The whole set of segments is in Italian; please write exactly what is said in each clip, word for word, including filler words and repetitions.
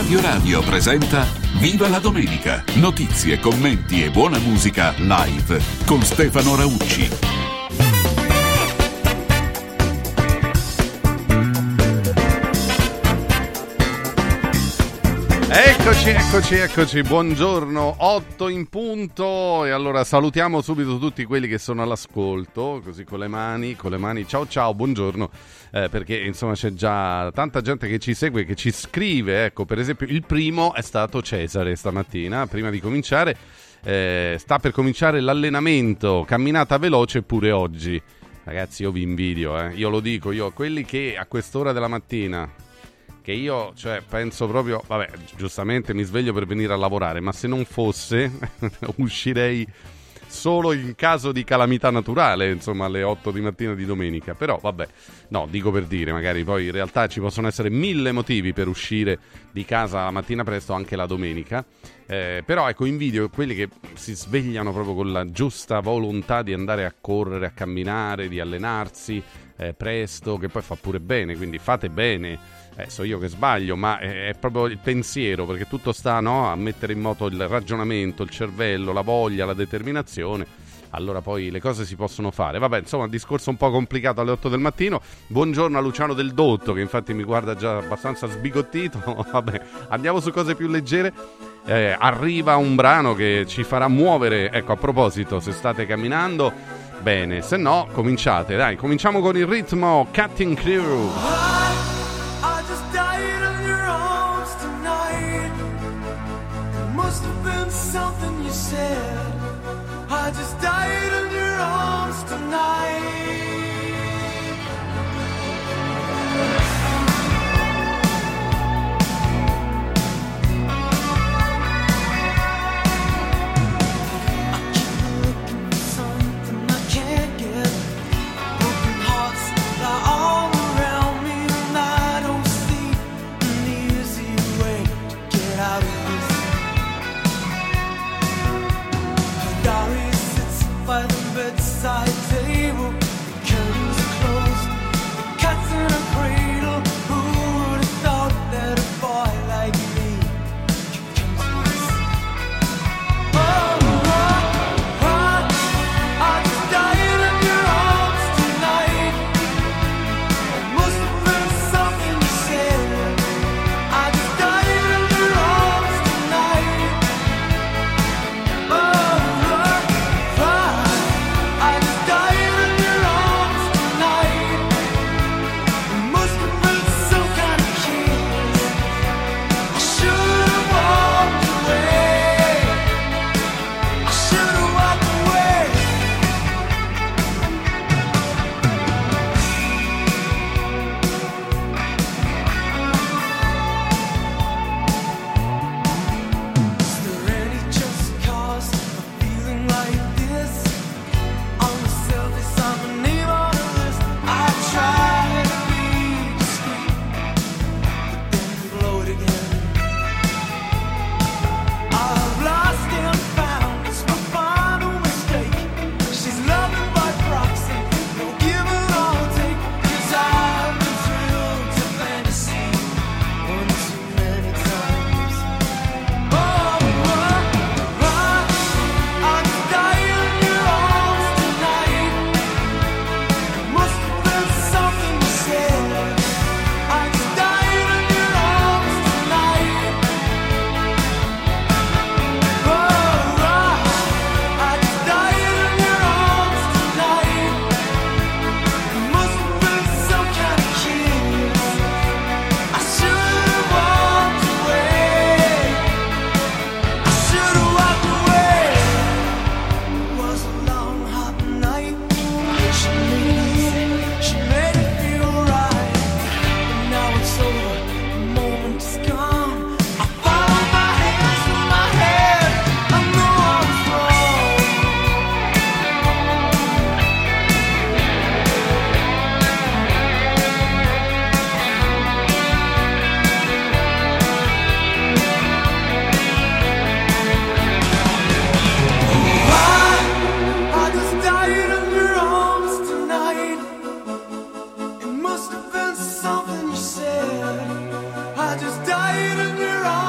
Radio Radio presenta Viva la Domenica! Notizie, commenti e buona musica live con Stefano Raucci. Eccoci, eccoci, eccoci, buongiorno, otto in punto, e allora salutiamo subito tutti quelli che sono all'ascolto, così con le mani, con le mani, ciao ciao, buongiorno, eh, perché insomma c'è già tanta gente che ci segue, che ci scrive, ecco, per esempio il primo è stato Cesare stamattina, prima di cominciare, eh, sta per cominciare l'allenamento, camminata veloce pure oggi, ragazzi io vi invidio, eh, io lo dico, io quelli che a quest'ora della mattina... che io, cioè, penso proprio, vabbè, giustamente mi sveglio per venire a lavorare, ma se non fosse, uscirei solo in caso di calamità naturale, insomma, alle otto di mattina di domenica. Però, vabbè, no, dico per dire, magari poi in realtà ci possono essere mille motivi per uscire di casa la mattina presto, anche la domenica. Eh, però, ecco, invidio quelli che si svegliano proprio con la giusta volontà di andare a correre, a camminare, di allenarsi eh, presto, che poi fa pure bene, quindi fate bene. Eh, so io che sbaglio, ma è, è proprio il pensiero, perché tutto sta, no, a mettere in moto il ragionamento, il cervello, la voglia, la determinazione. Allora poi le cose si possono fare. Vabbè, insomma, un discorso un po' complicato alle otto del mattino. Buongiorno a Luciano Del Dotto, che infatti mi guarda già abbastanza sbigottito. Vabbè, andiamo su cose più leggere. Eh, arriva un brano che ci farà muovere. Ecco, a proposito, se state camminando, bene, se no cominciate, dai, cominciamo con il ritmo Cutting Crew. Something you said, I just died in your arms tonight. I keep looking for something I can't get. Broken hearts lie all around me, and I don't see an easy way to get out of this. Diary sits by the bedside table. The curtains are closed. The cat's in a cradle. Who would have thought that a boy like me could come to this? Oh, I, I, I just died in your arms tonight. It must have been something you said. I just died in your arms tonight. Oh. I just died in your arms.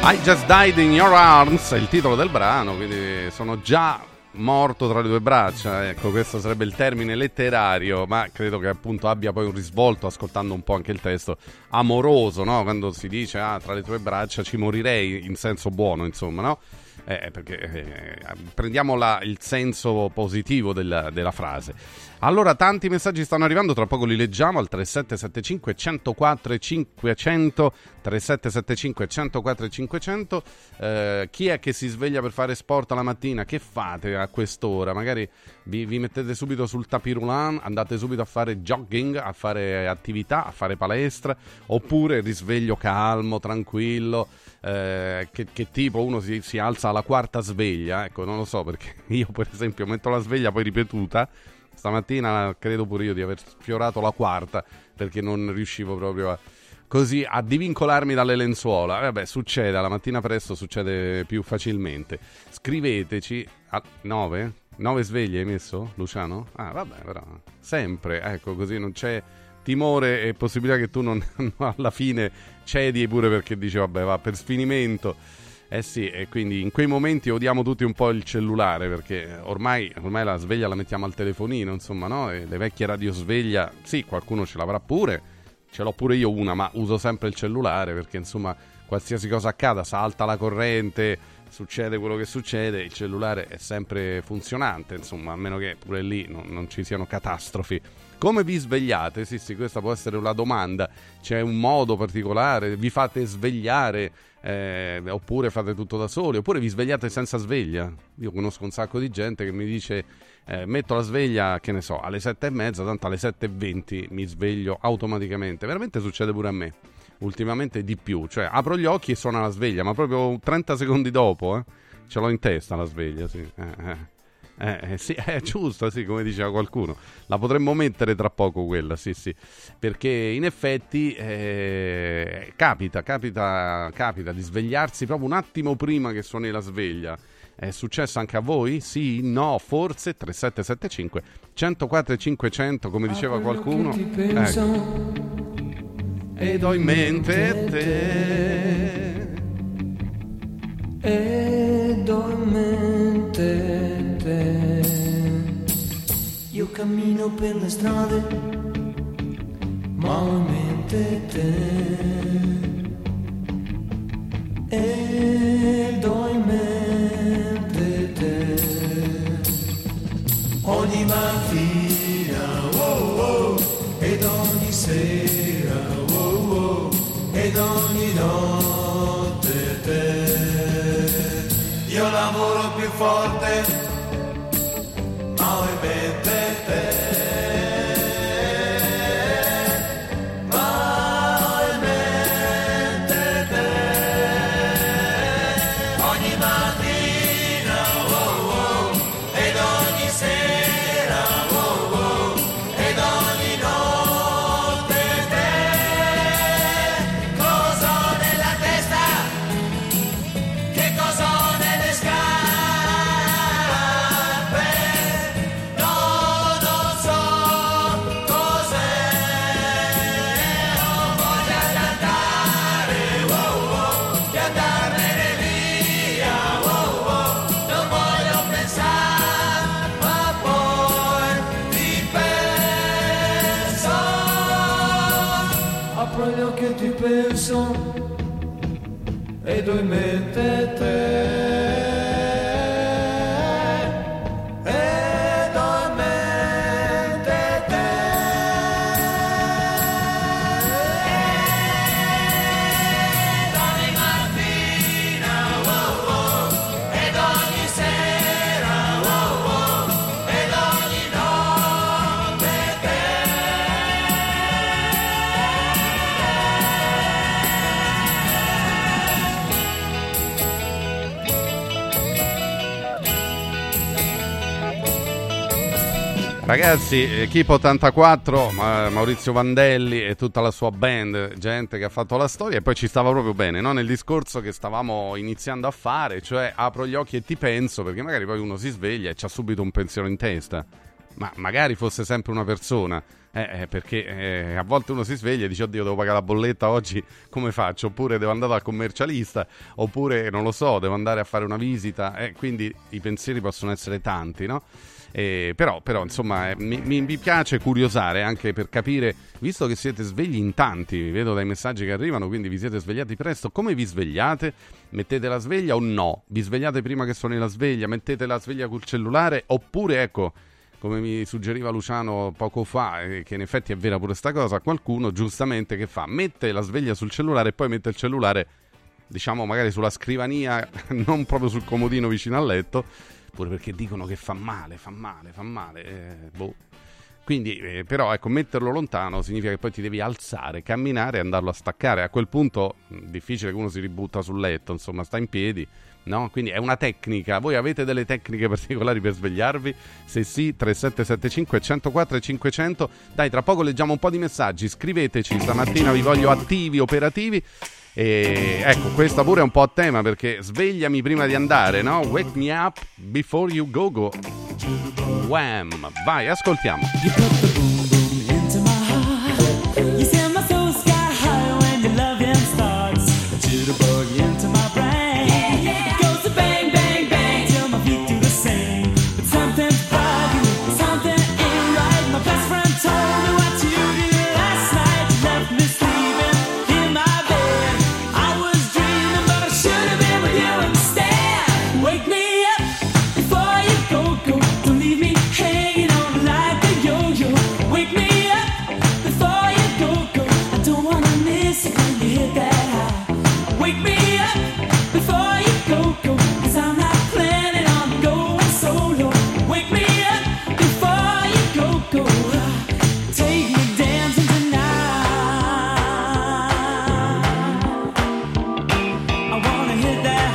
I Just Died in Your Arms è il titolo del brano, quindi sono già morto tra le tue braccia, ecco, questo sarebbe il termine letterario, ma credo che appunto abbia poi un risvolto, ascoltando un po' anche il testo, amoroso, no? Quando si dice ah, tra le tue braccia ci morirei, in senso buono, insomma, no? Eh, perché eh, prendiamo la, il senso positivo della, della frase. Allora, tanti messaggi stanno arrivando, tra poco li leggiamo al tre sette sette cinque uno zero quattro cinquecento, tre sette sette cinque uno zero quattro cinquecento. Eh, chi è che si sveglia per fare sport la mattina? Che fate a quest'ora? Magari vi, vi mettete subito sul tapis roulant, andate subito a fare jogging, a fare attività, a fare palestra, oppure risveglio calmo, tranquillo. Eh, che, che tipo uno si, si alza alla quarta sveglia, ecco, non lo so, perché io per esempio metto la sveglia poi ripetuta. Stamattina credo pure io di aver sfiorato la quarta, perché non riuscivo proprio a, così a divincolarmi dalle lenzuola. Vabbè, succede, la mattina presto succede più facilmente. Scriveteci a nove? nove sveglie hai messo, Luciano? Ah, vabbè, però sempre, ecco, così non c'è timore e possibilità che tu non alla fine cedi pure perché dici vabbè, va per sfinimento. Eh sì, e quindi in quei momenti odiamo tutti un po' il cellulare, perché ormai, ormai la sveglia la mettiamo al telefonino, insomma, no? E le vecchie radiosveglia, sì, qualcuno ce l'avrà pure, ce l'ho pure io una, ma uso sempre il cellulare perché, insomma, qualsiasi cosa accada, salta la corrente, succede quello che succede, il cellulare è sempre funzionante, insomma, a meno che pure lì non, non ci siano catastrofi. Come vi svegliate? Sì, sì, questa può essere una domanda. C'è un modo particolare? Vi fate svegliare? Eh, oppure fate tutto da soli? Oppure vi svegliate senza sveglia? Io conosco un sacco di gente che mi dice eh, metto la sveglia, che ne so, alle sette e mezza, tanto alle sette e venti mi sveglio automaticamente. Veramente succede pure a me. Ultimamente di più. Cioè, apro gli occhi e suona la sveglia, ma proprio trenta secondi dopo, eh, ce l'ho in testa la sveglia, sì. Eh, eh. Eh, eh, sì, è giusto, sì, come diceva qualcuno. La potremmo mettere tra poco quella, sì, sì. Perché in effetti eh, capita, capita, capita di svegliarsi proprio un attimo prima che suoni la sveglia. È successo anche a voi? Sì? No? Forse? tre sette sette cinque uno zero quattro cinquecento, come diceva qualcuno. Ecco. Ed ho in mente te. Ed ho in mente te. Io cammino per le strade, ma ho in mente te. Ed ho in mente te. Ogni mattina, oh oh, ed ogni sera, oh oh, ed ogni notte te. Io lavoro più forte, ma ho in mente te. Ma ho in mente te. Ogni mattina, oh oh, ed ogni sera, oh oh, ed ogni notte te. Cosa ho nella testa? Che cosa ho? Che ti penso ed ho in mente te. Ed ho in mente te. Ed ogni mattina, oh oh, ed ogni sera, oh oh, ed ogni notte te. Ragazzi, Equipe ottantaquattro, Ma- Maurizio Vandelli e tutta la sua band, gente che ha fatto la storia, e poi ci stava proprio bene, no? Nel discorso che stavamo iniziando a fare, cioè apro gli occhi e ti penso, perché magari poi uno si sveglia e c'ha subito un pensiero in testa. ma magari fosse sempre una persona, eh, eh, perché eh, a volte uno si sveglia e dice oddio devo pagare la bolletta oggi, come faccio? Oppure devo andare dal commercialista, oppure non lo so, devo andare a fare una visita, eh, quindi i pensieri possono essere tanti, no? Eh, però, però insomma eh, mi, mi piace curiosare anche per capire, visto che siete svegli in tanti, vi vedo dai messaggi che arrivano, quindi vi siete svegliati presto, come vi svegliate? Mettete la sveglia o no? Vi svegliate prima che suoni la sveglia? Mettete la sveglia col cellulare? Oppure ecco, come mi suggeriva Luciano poco fa, eh, che in effetti è vera pure sta cosa, qualcuno giustamente che fa? Mette la sveglia sul cellulare e poi mette il cellulare, diciamo magari sulla scrivania, non proprio sul comodino vicino al letto, pure perché dicono che fa male, fa male, fa male, eh, boh. Quindi, eh, però, ecco, metterlo lontano significa che poi ti devi alzare, camminare e andarlo a staccare. A quel punto, mh, difficile che uno si ributta sul letto, insomma, sta in piedi, no? Quindi è una tecnica. Voi avete delle tecniche particolari per svegliarvi? Se sì, tre sette sette cinque uno zero quattro cinquecento. Dai, tra poco leggiamo un po' di messaggi, scriveteci, stamattina vi voglio attivi, operativi. E ecco, questa pure è un po' a tema, perché svegliami prima di andare, no? Wake me up before you go go. Wham! Vai, ascoltiamo. You put the boom boom into my heart. You send my soul sky high when your loving starts. A jitterbug into my brain. Yeah, yeah. It goes to bang, bang, bang till my feet do the same. But something's bugging, something ain't right. My best friend told me what you did last night. You left me sleeping in my bed. I was dreaming, but I should have been with you instead. Wake me up before you go, go. Don't leave me hanging on like a yo-yo. Wake me up before you go, go. I don't wanna miss it when you hit that high. Wake me up before you go, go. Cause I'm not planning on going solo. Wake me up before you go, go. Take me dancing tonight. I wanna hit that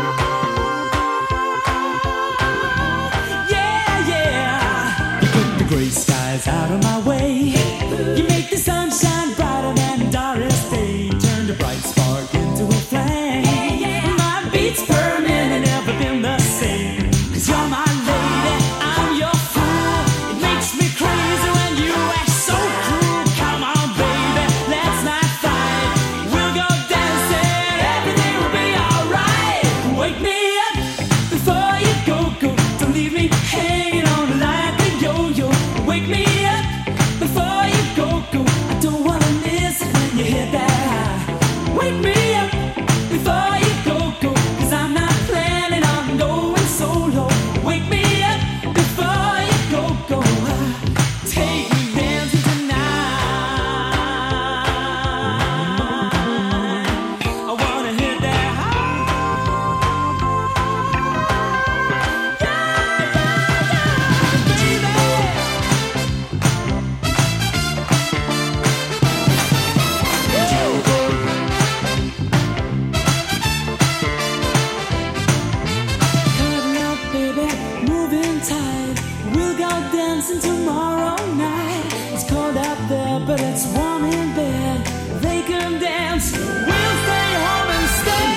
high. Yeah, yeah. You put the gray skies out of my way. You make the sunshine brighter than Doris Day. Turn the bright spark into a flame. My beats per minute never been the same. Cause you're my lady, I'm your fool. It makes me crazy when you act so cruel. Come on, baby, let's not fight. We'll go dancing, everything will be alright. Wake me up before you go, go. Don't leave me hanging on like a yo-yo. Wake me up before you go, go. I don't wanna miss it when you hit that high. Wake me up before you go, go. Cause I'm not planning on going solo. Wake me up before you go, go. Take me dancing tonight. I wanna hit that high. Yeah, Cuddle up, baby, moving tight. We'll go dancing tomorrow night. It's cold out there, but it's warm in bed. They can dance, we'll stay home instead.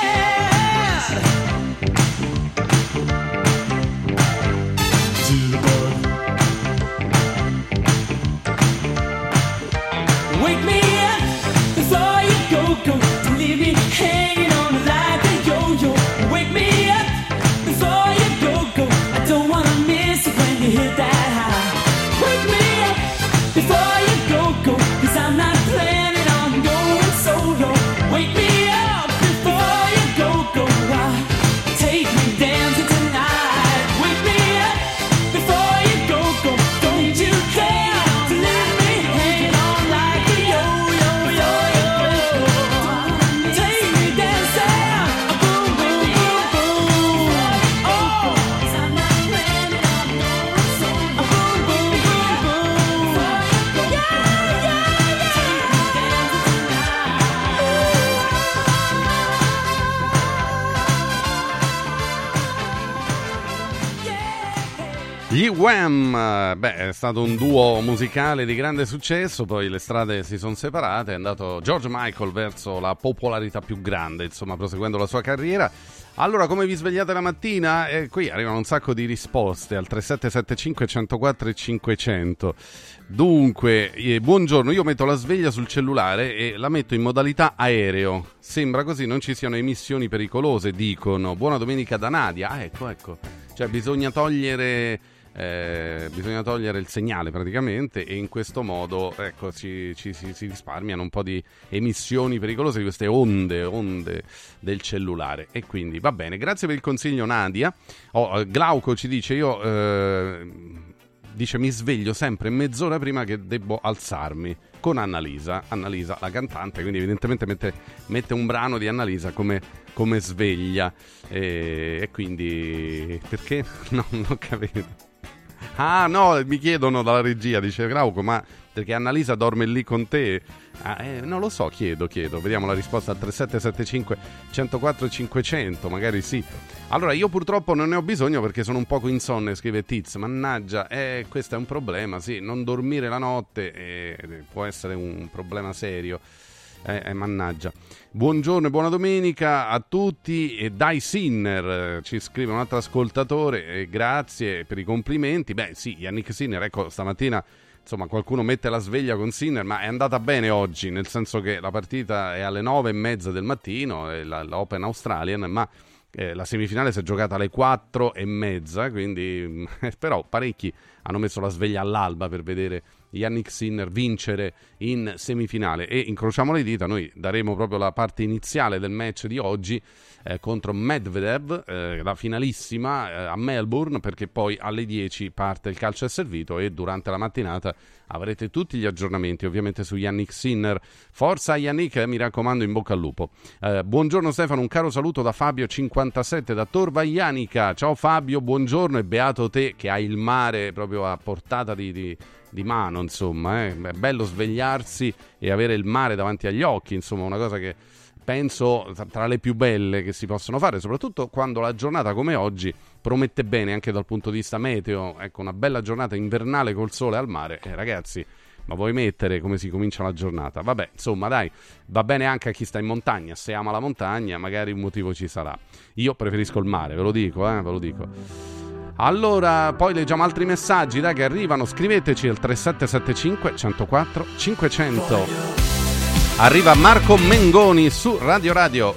Wake me up before you go, go. Don't leave me hanging on like a yo-yo. Wake me up before you go, go. I don't wanna miss it when you hit that high. Wake me up before you go, go. Cause I'm not planning on going solo. Wake me up before you go, go. Take me dancing tonight. Wake me up before you go, go. Don't you dare to leave me hanging on like a yo-yo, yo-yo. Take me dancing, boom, boom, boom, boom. Oh, 'cause I'm not planning on going solo. Boom, Wham! Beh, è stato un duo musicale di grande successo, poi le strade si sono separate, è andato George Michael verso la popolarità più grande, insomma, proseguendo la sua carriera. Allora, come vi svegliate la mattina? Eh, qui arrivano un sacco di risposte al tre sette sette cinque uno zero quattro cinquecento. Dunque, eh, buongiorno, io metto la sveglia sul cellulare e la metto in modalità aereo. Sembra così non ci siano emissioni pericolose, dicono. Buona domenica da Nadia. Ah, ecco, ecco. Cioè, bisogna togliere... Eh, bisogna togliere il segnale praticamente e in questo modo ecco ci, ci, si, si risparmiano un po' di emissioni pericolose di queste onde onde del cellulare e quindi va bene, grazie per il consiglio Nadia. oh, Glauco ci dice io eh, dice mi sveglio sempre mezz'ora prima che debbo alzarmi con Annalisa Annalisa la cantante, quindi evidentemente mette, mette un brano di Annalisa come, come sveglia e, e quindi perché? No, non ho capito. Ah no, mi chiedono dalla regia, dice Glauco, ma perché Annalisa dorme lì con te? Ah, eh, non lo so, chiedo, chiedo, vediamo la risposta al tre sette sette cinque uno zero quattro cinquecento, magari sì. Allora, io purtroppo non ne ho bisogno perché sono un poco insonne, scrive Tiz, mannaggia, eh, questo è un problema, sì, non dormire la notte eh, può essere un problema serio. Eh, eh, mannaggia. Buongiorno e buona domenica a tutti. E Dai Sinner eh, ci scrive un altro ascoltatore, eh, grazie per i complimenti. Beh sì, Yannick Sinner, ecco, stamattina insomma qualcuno mette la sveglia con Sinner, ma è andata bene oggi, nel senso che la partita è alle nove e mezza del mattino, è la, la Open Australian, ma eh, la semifinale si è giocata alle quattro e mezza, quindi però parecchi hanno messo la sveglia all'alba per vedere Yannick Sinner vincere in semifinale e incrociamo le dita, noi daremo proprio la parte iniziale del match di oggi eh, contro Medvedev, eh, la finalissima eh, a Melbourne, perché poi alle dieci parte il calcio è servito e durante la mattinata avrete tutti gli aggiornamenti ovviamente su Yannick Sinner. Forza Yannick, eh, mi raccomando, in bocca al lupo. Eh, buongiorno Stefano, un caro saluto da Fabio cinquantasette da Torva Ionica. Ciao Fabio, buongiorno e beato te che hai il mare proprio a portata di... di di mano, insomma, eh. È bello svegliarsi e avere il mare davanti agli occhi, insomma, una cosa che penso tra le più belle che si possono fare, soprattutto quando la giornata come oggi promette bene anche dal punto di vista meteo. Ecco, una bella giornata invernale col sole al mare, eh, ragazzi, ma vuoi mettere come si comincia la giornata? Vabbè, insomma, dai, va bene anche a chi sta in montagna, se ama la montagna magari un motivo ci sarà. Io preferisco il mare, ve lo dico, eh, ve lo dico. Allora, poi leggiamo altri messaggi, dai, che arrivano. Scriveteci al tre sette sette cinque uno zero quattro cinquecento. Arriva Marco Mengoni su Radio Radio.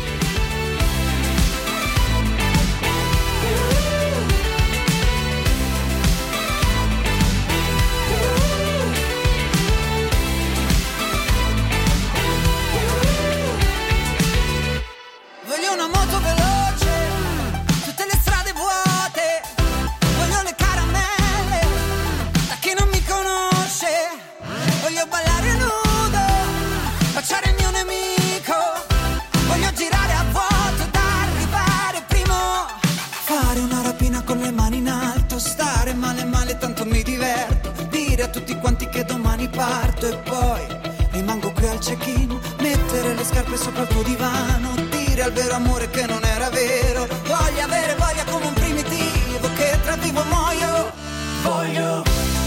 Voglio una moto veloce, tutte le strade vuote. Voglio le caramelle, da chi non mi conosce. Voglio ballare nudo, baciare il mio nemico. Voglio girare a vuoto, da arrivare primo. Fare una rapina con le mani in alto, stare male male tanto mi diverto. Dire a tutti quanti che domani parto e poi rimango qui al check-in. Mettere le scarpe sopra il tuo divano, dire al vero amore che non era vero. Voglio avere voglia come un primitivo che tra vivo muoio. Voglio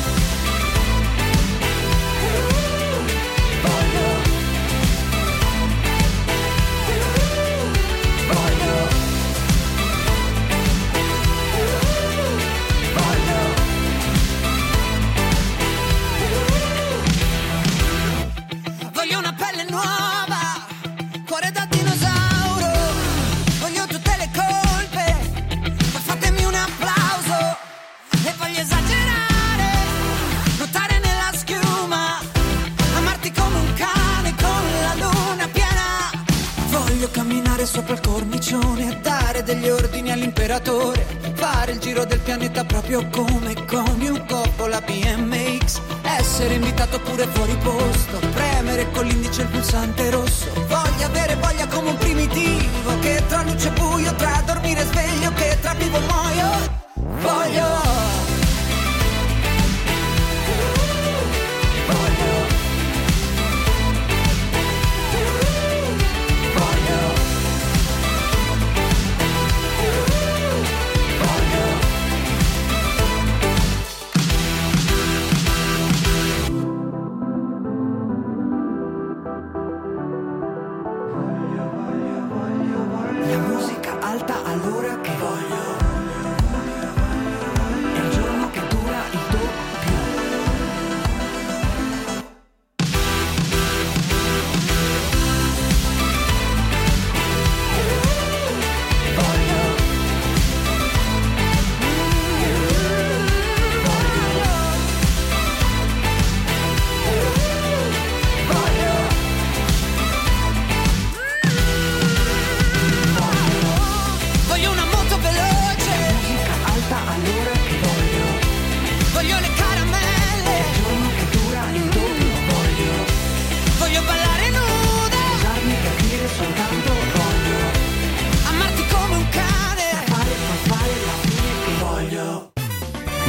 Voglio una pelle nuova, cuore da dinosauro. Voglio tutte le colpe, ma fatemi un applauso. E voglio esagerare, nuotare nella schiuma, amarti come un cane con la luna piena. Voglio camminare sopra il cornicione e dare degli ordini all'imperatore. Fare il giro del pianeta proprio come con Coppola B M X. Essere invitato pure fuori posto, premere con l'indice il pulsante rosso. Voglio avere voglia come un primitivo che tra luce e buio, tra dormire e sveglio, che tra vivo e muoio. Voglio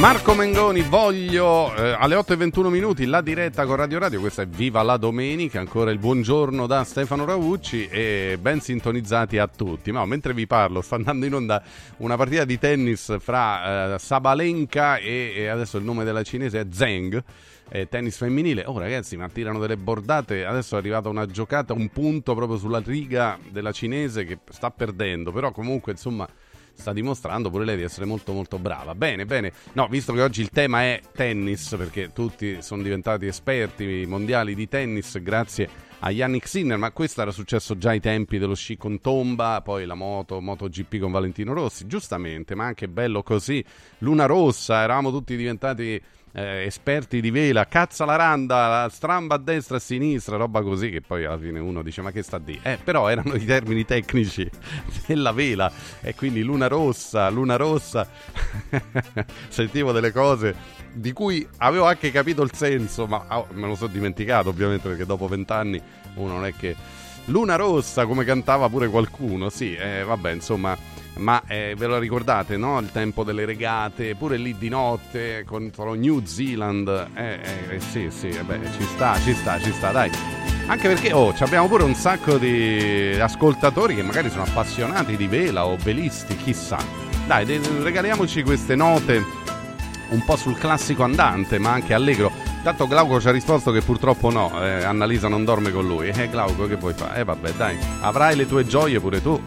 Marco Mengoni, voglio eh, alle otto e ventuno minuti la diretta con Radio Radio. Questa è Viva la Domenica, ancora il buongiorno da Stefano Raucci e ben sintonizzati a tutti. Ma mentre vi parlo sta andando in onda una partita di tennis fra eh, Sabalenka e, e adesso il nome della cinese è Zheng, eh, tennis femminile. Oh ragazzi, ma tirano delle bordate. Adesso è arrivata una giocata, un punto proprio sulla riga della cinese che sta perdendo, però comunque insomma sta dimostrando pure lei di essere molto molto brava. Bene, bene. No, visto che oggi il tema è tennis, perché tutti sono diventati esperti mondiali di tennis grazie a Yannick Sinner, ma questo era successo già ai tempi dello sci con Tomba, poi la moto, MotoGP con Valentino Rossi, giustamente, ma anche bello così. Luna Rossa, eravamo tutti diventati Eh, esperti di vela, cazza la randa, la stramba a destra e a sinistra, roba così, che poi alla fine uno dice ma che sta di? Eh, però erano i termini tecnici della vela e quindi luna rossa, luna rossa sentivo delle cose di cui avevo anche capito il senso, ma oh, me lo sono dimenticato ovviamente, perché dopo vent'anni uno non è che... Luna rossa, come cantava pure qualcuno, sì, eh, vabbè, insomma, ma eh, ve lo ricordate, no? Il tempo delle regate, pure lì di notte contro New Zealand, eh, eh, sì, sì, eh, beh, ci sta, ci sta, ci sta, dai. Anche perché, oh, abbiamo pure un sacco di ascoltatori che magari sono appassionati di vela o velisti, chissà. Dai, de- regaliamoci queste note un po' sul classico andante, ma anche allegro. Tanto Glauco ci ha risposto che purtroppo no, eh, Annalisa non dorme con lui. Eh Glauco, che puoi fare? Eh vabbè, dai, avrai le tue gioie pure tu.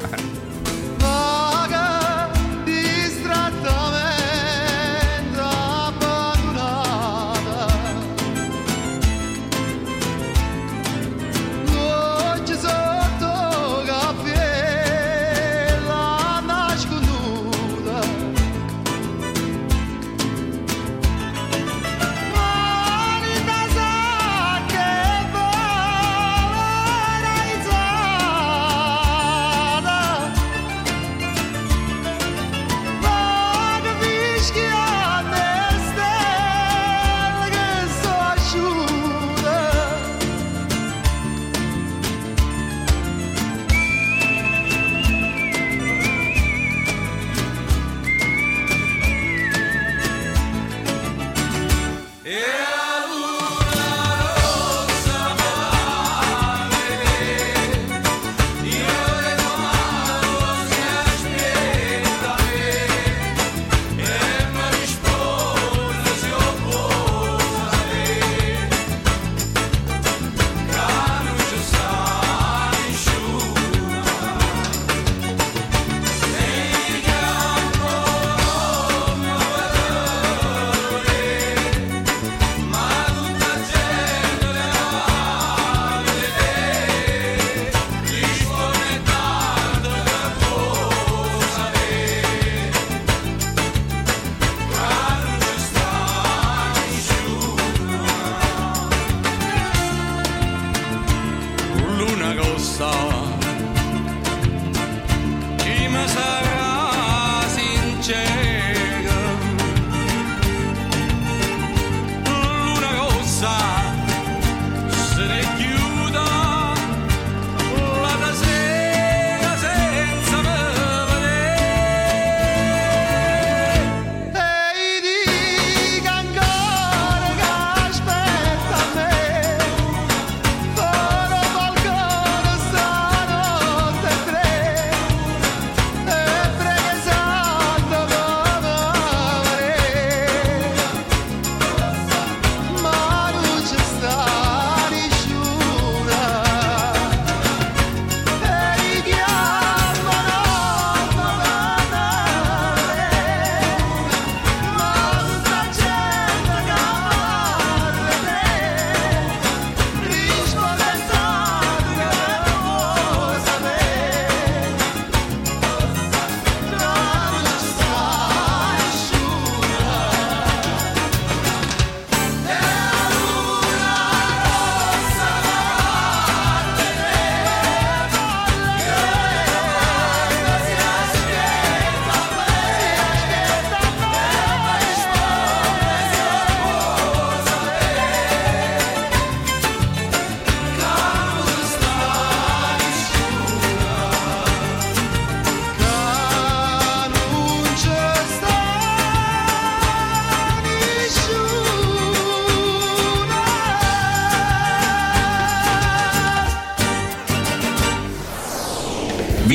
Vaga, distrattamente abbandonata, oggi sotto cappella nasconduta, mani da sacche valorizzata.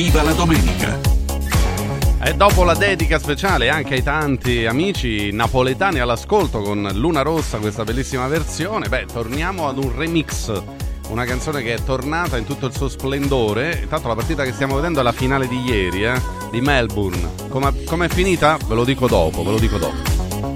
Viva la domenica! E dopo la dedica speciale anche ai tanti amici napoletani all'ascolto con Luna Rossa, questa bellissima versione, beh, torniamo ad un remix, una canzone che è tornata in tutto il suo splendore. Intanto la partita che stiamo vedendo è la finale di ieri, eh, di Melbourne. Come com'è finita? Ve lo dico dopo, ve lo dico dopo.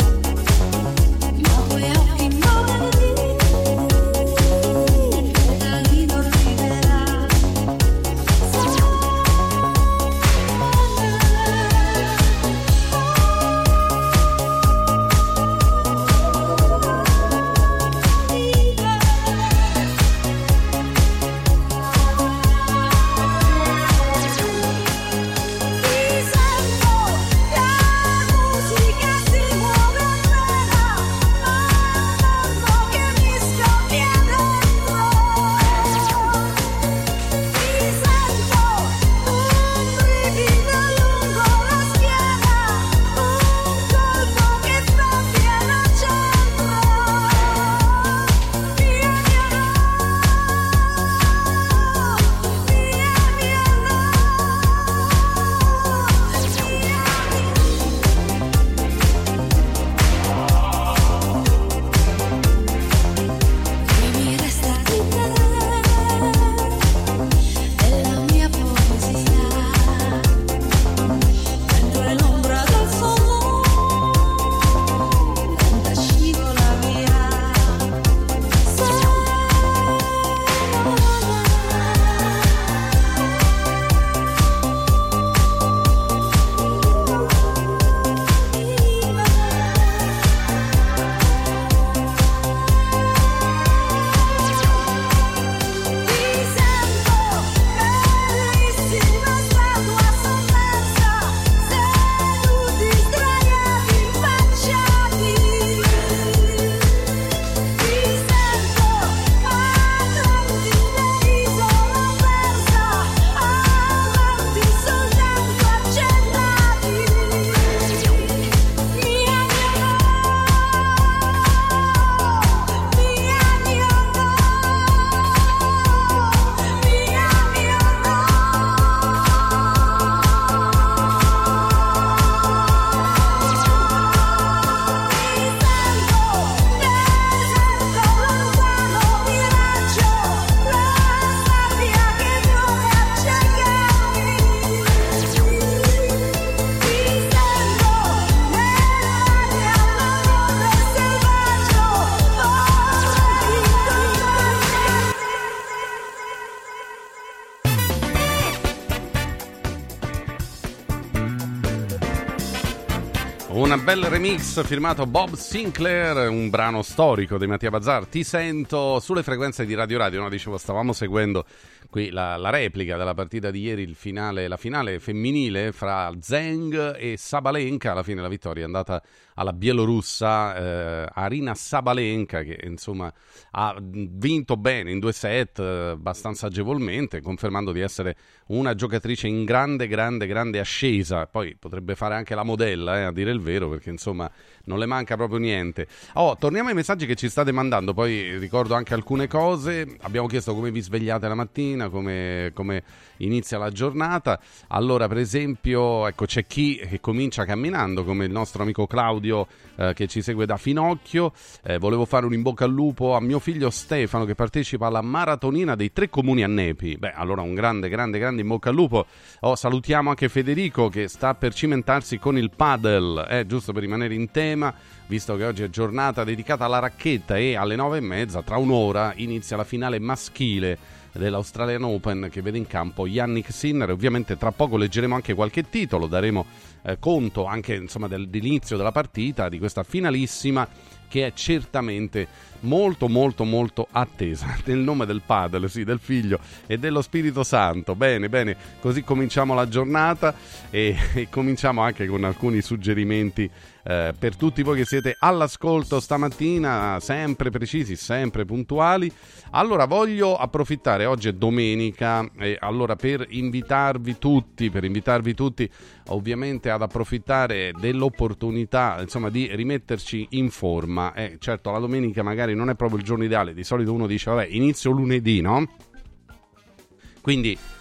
Un bel remix firmato Bob Sinclair, un brano storico di Mattia Bazzar. Ti sento sulle frequenze di Radio Radio, no? Dicevo, stavamo seguendo qui la, la replica della partita di ieri, il finale, la finale femminile fra Zheng e Sabalenka. Alla fine la vittoria è andata alla bielorussa eh, Arina Sabalenka, che insomma ha vinto bene in due set, eh, abbastanza agevolmente, confermando di essere una giocatrice in grande, grande, grande ascesa. Poi potrebbe fare anche la modella, eh, a dire il vero, perché insomma non le manca proprio niente. Oh, torniamo ai messaggi che ci state mandando, poi ricordo anche alcune cose. Abbiamo chiesto come vi svegliate la mattina, come, come inizia la giornata. Allora, per esempio, ecco, c'è chi che comincia camminando, come il nostro amico Claudio, eh, che ci segue da Finocchio. Eh, volevo fare un in bocca al lupo a mio figlio Stefano, che partecipa alla maratonina dei tre comuni a Nepi. Beh, allora un grande, grande, grande in bocca al lupo. Oh, salutiamo anche Federico, che sta per cimentarsi con il padel, eh, giusto per rimanere in tema, visto che oggi è giornata dedicata alla racchetta, e alle nove e mezza, tra un'ora, inizia la finale maschile dell'Australian Open, che vede in campo Yannick Sinner. Ovviamente tra poco leggeremo anche qualche titolo, daremo eh, conto anche insomma del, dell'inizio della partita, di questa finalissima che è certamente molto molto molto attesa. Nel nome del padre, sì, del figlio e dello Spirito Santo. Bene, bene, così cominciamo la giornata e, e cominciamo anche con alcuni suggerimenti eh, per tutti voi che siete all'ascolto stamattina, sempre precisi, sempre puntuali. Allora voglio approfittare, oggi è domenica, e allora per invitarvi tutti, per invitarvi tutti ovviamente ad approfittare dell'opportunità, insomma, di rimetterci in forma. Eh, certo, la domenica magari non è proprio il giorno ideale, di solito uno dice vabbè, inizio lunedì, no? Quindi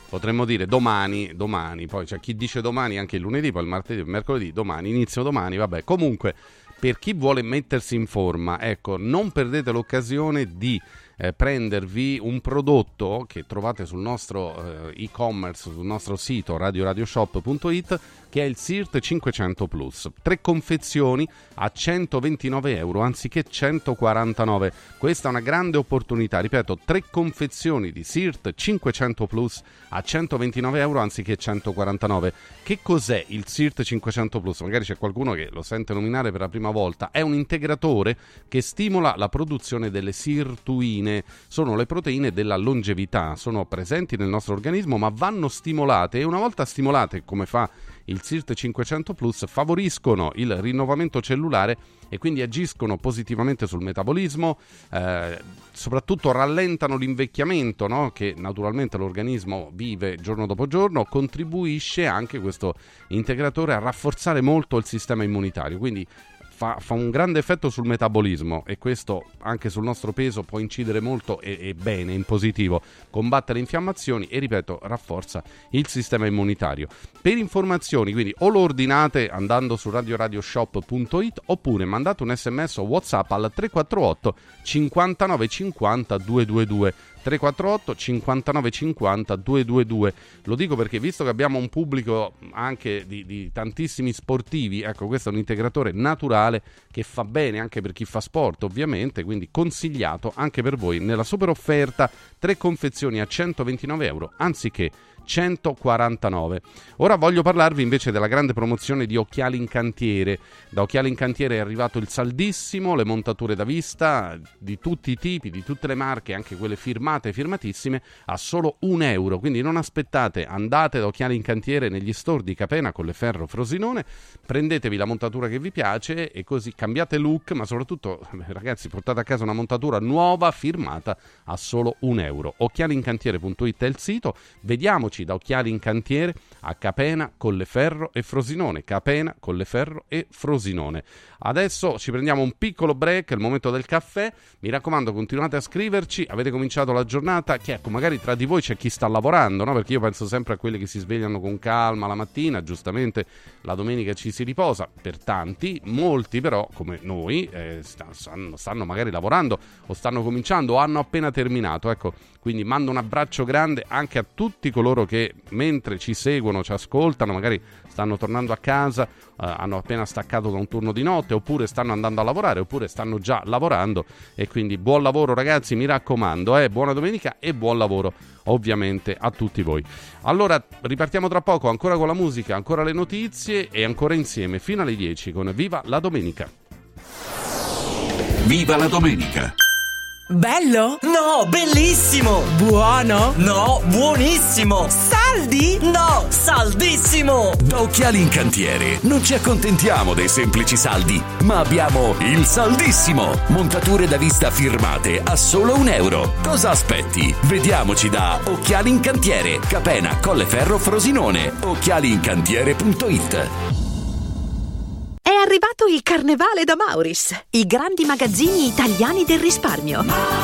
potremmo dire domani, domani, poi c'è chi dice domani anche il lunedì, poi il martedì, il mercoledì, domani, inizio domani, vabbè, comunque per chi vuole mettersi in forma, ecco, non perdete l'occasione di eh, prendervi un prodotto che trovate sul nostro eh, e-commerce, sul nostro sito radio radio shop punto it, che è il S I R T cinquecento Plus. Tre confezioni a centoventinove euro anziché centoquarantanove. Questa è una grande opportunità, ripeto, tre confezioni di S I R T cinquecento Plus a centoventinove euro anziché centoquarantanove. Che cos'è il S I R T cinquecento Plus? Magari c'è qualcuno che lo sente nominare per la prima volta. È un integratore che stimola la produzione delle sirtuine. Sono le proteine della longevità, sono presenti nel nostro organismo ma vanno stimolate, e una volta stimolate, come fa il S I R T cinquecento Plus, favoriscono il rinnovamento cellulare e quindi agiscono positivamente sul metabolismo, eh, soprattutto rallentano l'invecchiamento, no? Che naturalmente l'organismo vive giorno dopo giorno. Contribuisce anche questo integratore a rafforzare molto il sistema immunitario, quindi Fa, fa un grande effetto sul metabolismo, e questo anche sul nostro peso può incidere molto e, e bene, in positivo, combatte le infiammazioni e, ripeto, rafforza il sistema immunitario. Per informazioni, quindi, o lo ordinate andando su radio radio shop punto it oppure mandate un sms o WhatsApp al tre quattro otto cinquantanove cinquanta duecentoventidue. tre quattro otto cinquantanove cinquanta duecentoventidue. Lo dico perché, visto che abbiamo un pubblico anche di, di tantissimi sportivi, ecco, questo è un integratore naturale che fa bene anche per chi fa sport, ovviamente, quindi consigliato anche per voi nella super offerta, tre confezioni a centoventinove euro anziché centoquarantanove. Ora voglio parlarvi invece della grande promozione di Occhiali in Cantiere. Da Occhiali in Cantiere è arrivato il saldissimo, le montature da vista di tutti i tipi, di tutte le marche, anche quelle firmate e firmatissime, a solo un euro. Quindi non aspettate, andate da Occhiali in Cantiere negli store di Capena, Colleferro, Frosinone, prendetevi la montatura che vi piace e così cambiate look, ma soprattutto, ragazzi, portate a casa una montatura nuova firmata a solo un euro. occhiali in cantiere punto it è il sito. Vediamoci da Occhiali in Cantiere a Capena, Colleferro e Frosinone. Capena, Colleferro e Frosinone. Adesso ci prendiamo un piccolo break, è il momento del caffè. Mi raccomando, continuate a scriverci. Avete cominciato la giornata? Che ecco, magari tra di voi c'è chi sta lavorando, no? Perché io penso sempre a quelli che si svegliano con calma la mattina. Giustamente la domenica ci si riposa, per tanti. Molti però, come noi, eh, stanno, stanno magari lavorando o stanno cominciando o hanno appena terminato. Ecco, quindi mando un abbraccio grande anche a tutti coloro che mentre ci seguono, ci ascoltano, magari stanno tornando a casa, eh, hanno appena staccato da un turno di notte, oppure stanno andando a lavorare, oppure stanno già lavorando. E quindi buon lavoro, ragazzi, mi raccomando, eh, buona domenica e buon lavoro ovviamente a tutti voi. Allora ripartiamo tra poco, ancora con la musica, ancora le notizie e ancora insieme fino alle dieci con Viva la Domenica. Viva la Domenica! Bello? No, bellissimo! Buono? No, buonissimo! Saldi? No, saldissimo! Da Occhiali in Cantiere non ci accontentiamo dei semplici saldi, ma abbiamo il saldissimo! Montature da vista firmate a solo un euro. Cosa aspetti? Vediamoci da Occhiali in Cantiere, Capena, Colleferro, Frosinone. occhiali in cantiere punto it. È arrivato il Carnevale da Mauris, i grandi magazzini italiani del risparmio.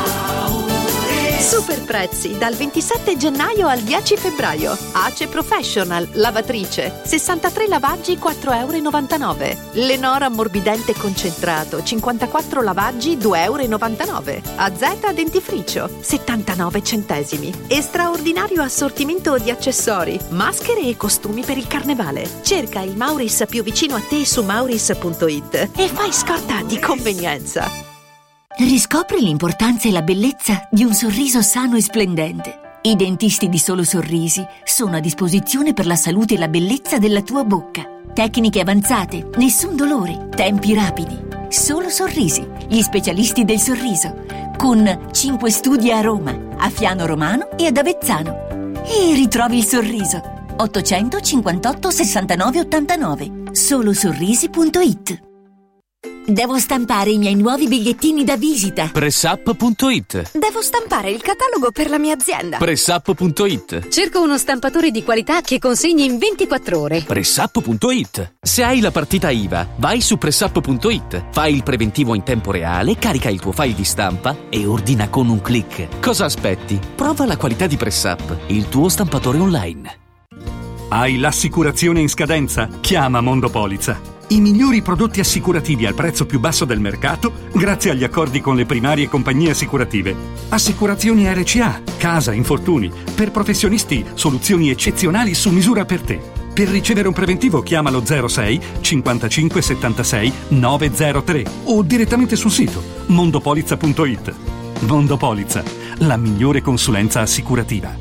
Super prezzi dal ventisette gennaio al dieci febbraio. Ace Professional, lavatrice, sessantatré lavaggi quattro virgola novantanove euro. Lenora ammorbidente concentrato, cinquantaquattro lavaggi due virgola novantanove euro. A Z dentifricio, settantanove centesimi. E straordinario assortimento di accessori, maschere e costumi per il carnevale. Cerca il Mauris più vicino a te su mauris punto it e fai scorta di convenienza. Riscopri l'importanza e la bellezza di un sorriso sano e splendente. I dentisti di Solo Sorrisi sono a disposizione per la salute e la bellezza della tua bocca. Tecniche avanzate, nessun dolore, tempi rapidi. Solo Sorrisi, gli specialisti del sorriso, con cinque studi a Roma, a Fiano Romano e ad Avezzano. E ritrovi il sorriso. ottocentocinquantotto sessantanove ottantanove. solo sorrisi punto it. Devo stampare i miei nuovi bigliettini da visita. Pressup punto it. Devo stampare il catalogo per la mia azienda. Pressup punto it. Cerco uno stampatore di qualità che consegni in ventiquattro ore. Pressup punto it. Se hai la partita I V A, vai su Pressup punto it. Fai il preventivo in tempo reale, carica il tuo file di stampa e ordina con un click. Cosa aspetti? Prova la qualità di Pressup, il tuo stampatore online. Hai l'assicurazione in scadenza? Chiama Mondopolizza. I migliori prodotti assicurativi al prezzo più basso del mercato grazie agli accordi con le primarie compagnie assicurative. Assicurazioni R C A, casa, infortuni. Per professionisti, soluzioni eccezionali su misura per te. Per ricevere un preventivo chiamalo zero sei cinquantacinque settantasei novecentotre o direttamente sul sito mondopolizza punto it. Mondopolizza, la migliore consulenza assicurativa.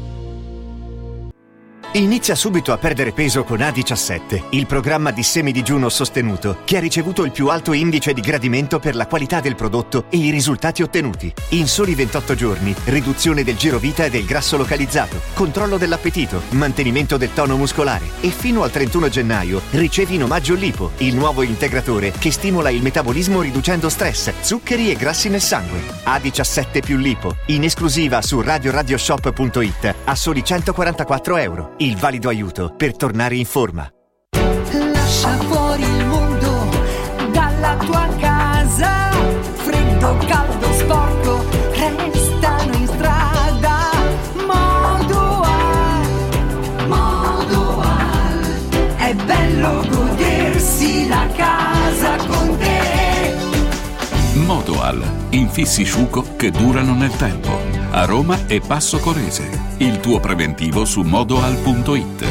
Inizia subito a perdere peso con A diciassette, il programma di semidigiuno sostenuto che ha ricevuto il più alto indice di gradimento per la qualità del prodotto e i risultati ottenuti. In soli ventotto giorni, riduzione del girovita e del grasso localizzato, controllo dell'appetito, mantenimento del tono muscolare e fino al trentuno gennaio ricevi in omaggio Lipo, il nuovo integratore che stimola il metabolismo riducendo stress, zuccheri e grassi nel sangue. A diciassette più Lipo, in esclusiva su radio radio shop punto it a soli centoquarantaquattro euro. Il valido aiuto per tornare in forma. Lascia fuori il mondo dalla tua casa. Freddo, caldo, sporco, restano in strada. Modoal, Modoal, è bello godersi la casa con te. Modoal, infissi sciuco che durano nel tempo. A Roma e Passo Corese. Il tuo preventivo su modoal punto it.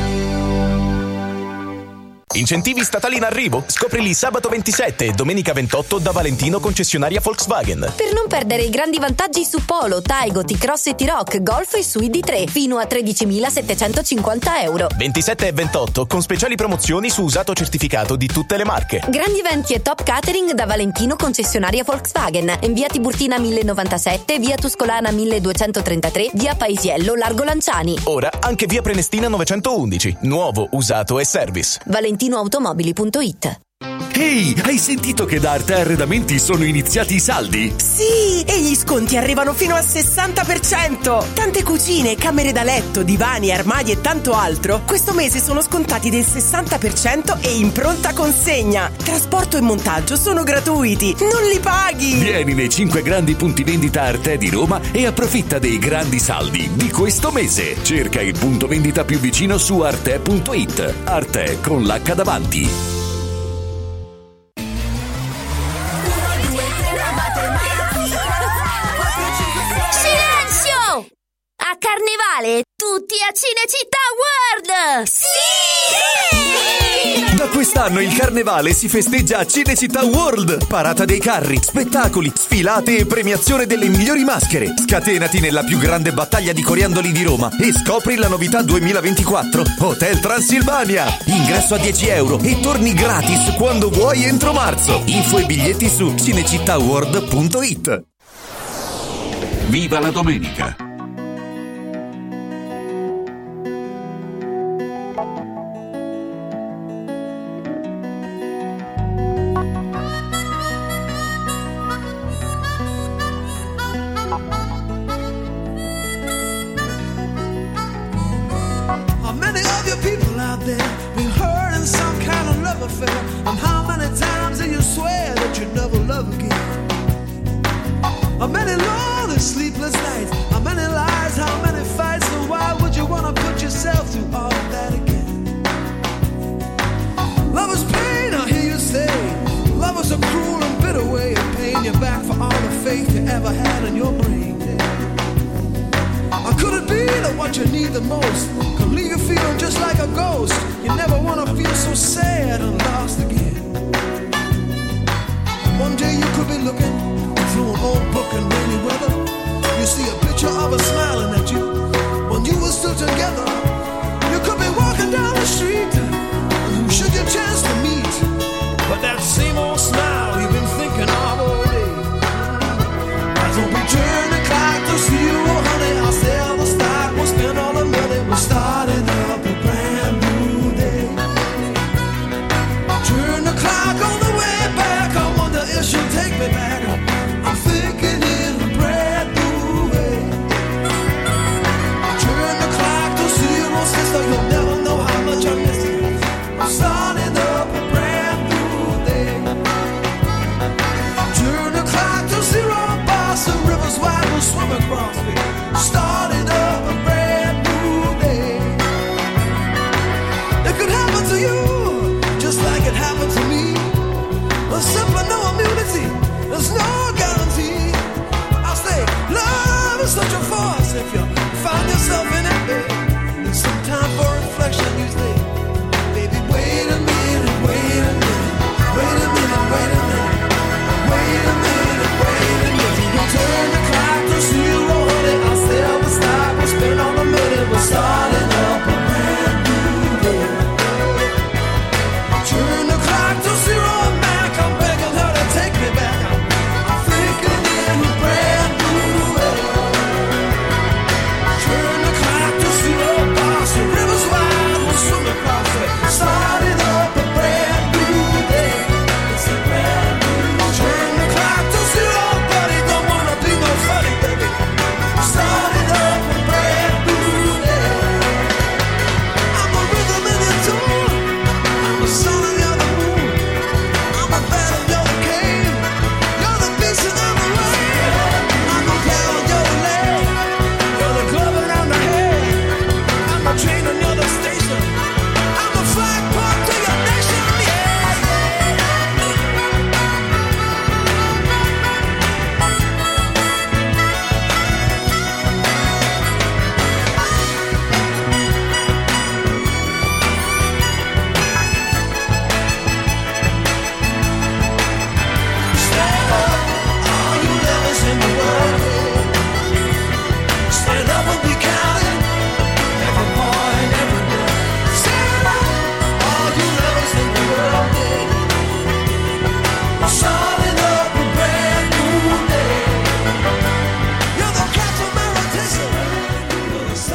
Incentivi statali in arrivo? Scoprili sabato ventisette e domenica ventotto da Valentino concessionaria Volkswagen. Per non perdere i grandi vantaggi su Polo, Taigo, T-Cross e T-Roc, Golf e su I D tre fino a tredicimilasettecentocinquanta euro. ventisette e ventotto con speciali promozioni su usato certificato di tutte le marche. Grandi eventi e top catering da Valentino concessionaria Volkswagen. In via Tiburtina mille novantasette, via Tuscolana milleduecentotrentatré, via Paisiello, Largo Lanciani. Ora anche via Prenestina novecentoundici. Nuovo, usato e service. valentinoautomobili punto it. Ehi, hai sentito che da Arte Arredamenti sono iniziati i saldi? Sì, e gli sconti arrivano fino al sessanta per cento. Tante cucine, camere da letto, divani, armadi e tanto altro questo mese sono scontati del sessanta per cento e in pronta consegna. Trasporto e montaggio sono gratuiti, non li paghi. Vieni nei cinque grandi punti vendita Arte di Roma e approfitta dei grandi saldi di questo mese. Cerca il punto vendita più vicino su arte punto it. Arte con l'H davanti. A Carnevale, tutti a Cinecittà World! Sì! Da quest'anno il Carnevale si festeggia a Cinecittà World. Parata dei carri, spettacoli, sfilate e premiazione delle migliori maschere. Scatenati nella più grande battaglia di coriandoli di Roma e scopri la novità duemilaventiquattro Hotel Transilvania. Ingresso a dieci euro e torni gratis quando vuoi entro marzo. Info e biglietti su cinecittà world punto it. Viva la domenica! And how many times do you swear that you never love again? How many lonely sleepless nights? How many lies? How many fights? And why would you want to put yourself through all of that again? Love is pain, I hear you say. Love is a cruel and bitter way of paying you back for all the faith you ever had in your brain. Or could it be that what you need the most could leave you feeling just like a ghost? You never want to feel so sad and lost again. One day you could be looking through an old book in rainy weather. You see a picture of her smiling at you when you were still together. You could be walking down the street and who should you chance to meet? But that same old smile you've been thinking of all day. As we turn the clock to see you, oh honey, I'll sell the stock, we'll spend all the money, we're starting up a brand new day. Turn the clock on the way back, I wonder if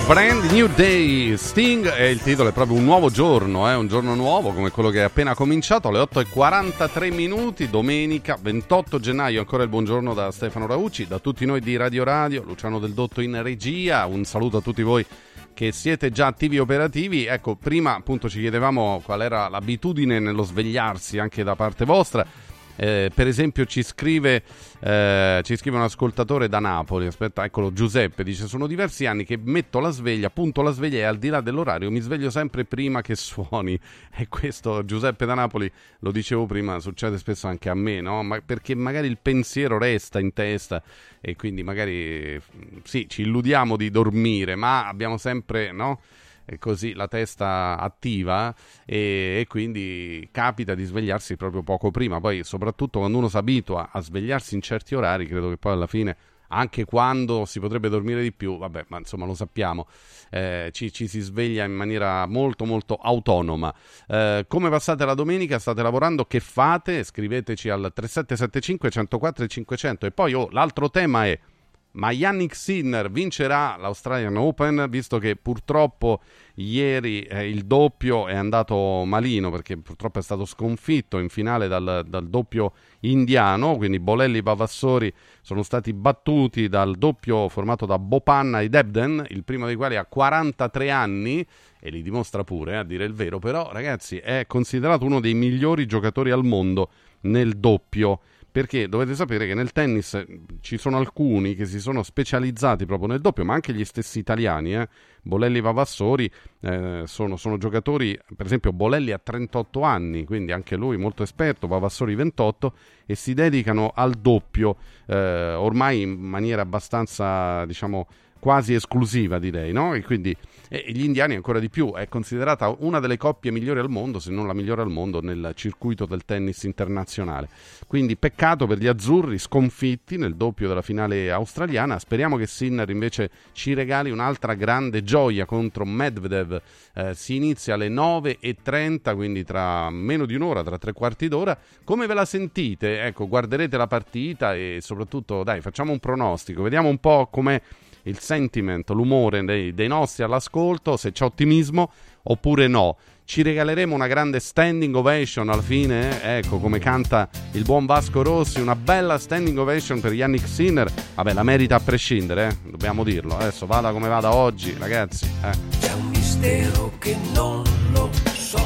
Brand New Day, Sting, e il titolo è proprio un nuovo giorno, eh? Un giorno nuovo come quello che è appena cominciato, alle otto e quarantatré minuti, domenica ventotto gennaio. Ancora il buongiorno da Stefano Raucci, da tutti noi di Radio Radio, Luciano Del Dotto in regia, un saluto a tutti voi che siete già attivi e operativi. Ecco, prima appunto ci chiedevamo qual era l'abitudine nello svegliarsi anche da parte vostra. Eh, per esempio ci scrive eh, ci scrive un ascoltatore da Napoli, aspetta, eccolo, Giuseppe, dice: sono diversi anni che metto la sveglia, appunto la sveglia e al di là dell'orario mi sveglio sempre prima che suoni. E questo, Giuseppe da Napoli, lo dicevo prima, succede spesso anche a me, no? Ma perché magari il pensiero resta in testa e quindi magari sì, ci illudiamo di dormire, ma abbiamo sempre, no? E così la testa attiva e, e quindi capita di svegliarsi proprio poco prima. Poi soprattutto quando uno si abitua a svegliarsi in certi orari, credo che poi alla fine, anche quando si potrebbe dormire di più, vabbè, ma insomma lo sappiamo, eh, ci, ci si sveglia in maniera molto molto autonoma. Eh, come passate la domenica? State lavorando? Che fate? Scriveteci al tre sette sette cinque, uno zero quattro, cinquecento. E poi oh, l'altro tema è: ma Jannik Sinner vincerà l'Australian Open, visto che purtroppo ieri eh, il doppio è andato malino, perché purtroppo è stato sconfitto in finale dal, dal doppio indiano, quindi Bolelli e Vavassori sono stati battuti dal doppio formato da Bopanna ed Ebden, il primo dei quali ha quarantatré anni, e li dimostra pure, eh, a dire il vero, però ragazzi è considerato uno dei migliori giocatori al mondo nel doppio. Perché dovete sapere che nel tennis ci sono alcuni che si sono specializzati proprio nel doppio, ma anche gli stessi italiani, eh? Bolelli e Vavassori eh, sono, sono giocatori, per esempio Bolelli ha trentotto anni, quindi anche lui molto esperto, Vavassori ventotto, e si dedicano al doppio eh, ormai in maniera abbastanza, diciamo, quasi esclusiva, direi, no? E quindi e gli indiani ancora di più, è considerata una delle coppie migliori al mondo, se non la migliore al mondo nel circuito del tennis internazionale. Quindi peccato per gli azzurri sconfitti nel doppio della finale australiana. Speriamo che Sinner invece ci regali un'altra grande gioia contro Medvedev. Eh, si inizia alle nove e trenta, quindi tra meno di un'ora, tra tre quarti d'ora. Come ve la sentite? Ecco, guarderete la partita e soprattutto, dai, facciamo un pronostico, vediamo un po' com'è il sentiment, l'umore dei, dei nostri all'ascolto, se c'è ottimismo oppure no. Ci regaleremo una grande standing ovation alla fine, eh? Ecco come canta il buon Vasco Rossi, una bella standing ovation per Jannik Sinner. Vabbè, la merita a prescindere, eh? Dobbiamo dirlo, adesso vada come vada oggi, ragazzi, eh. C'è un mistero che non lo so,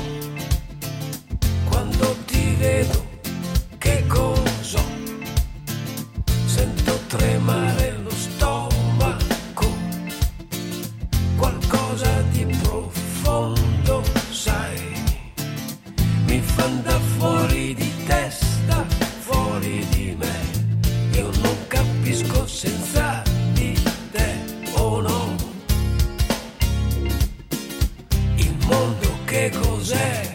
quando ti vedo che cosa, sento tremare lo stomaco, qualcosa di profondo, sai, mi fa andare fuori di testa, fuori di me, io non capisco senza di te, oh no, il mondo che cos'è?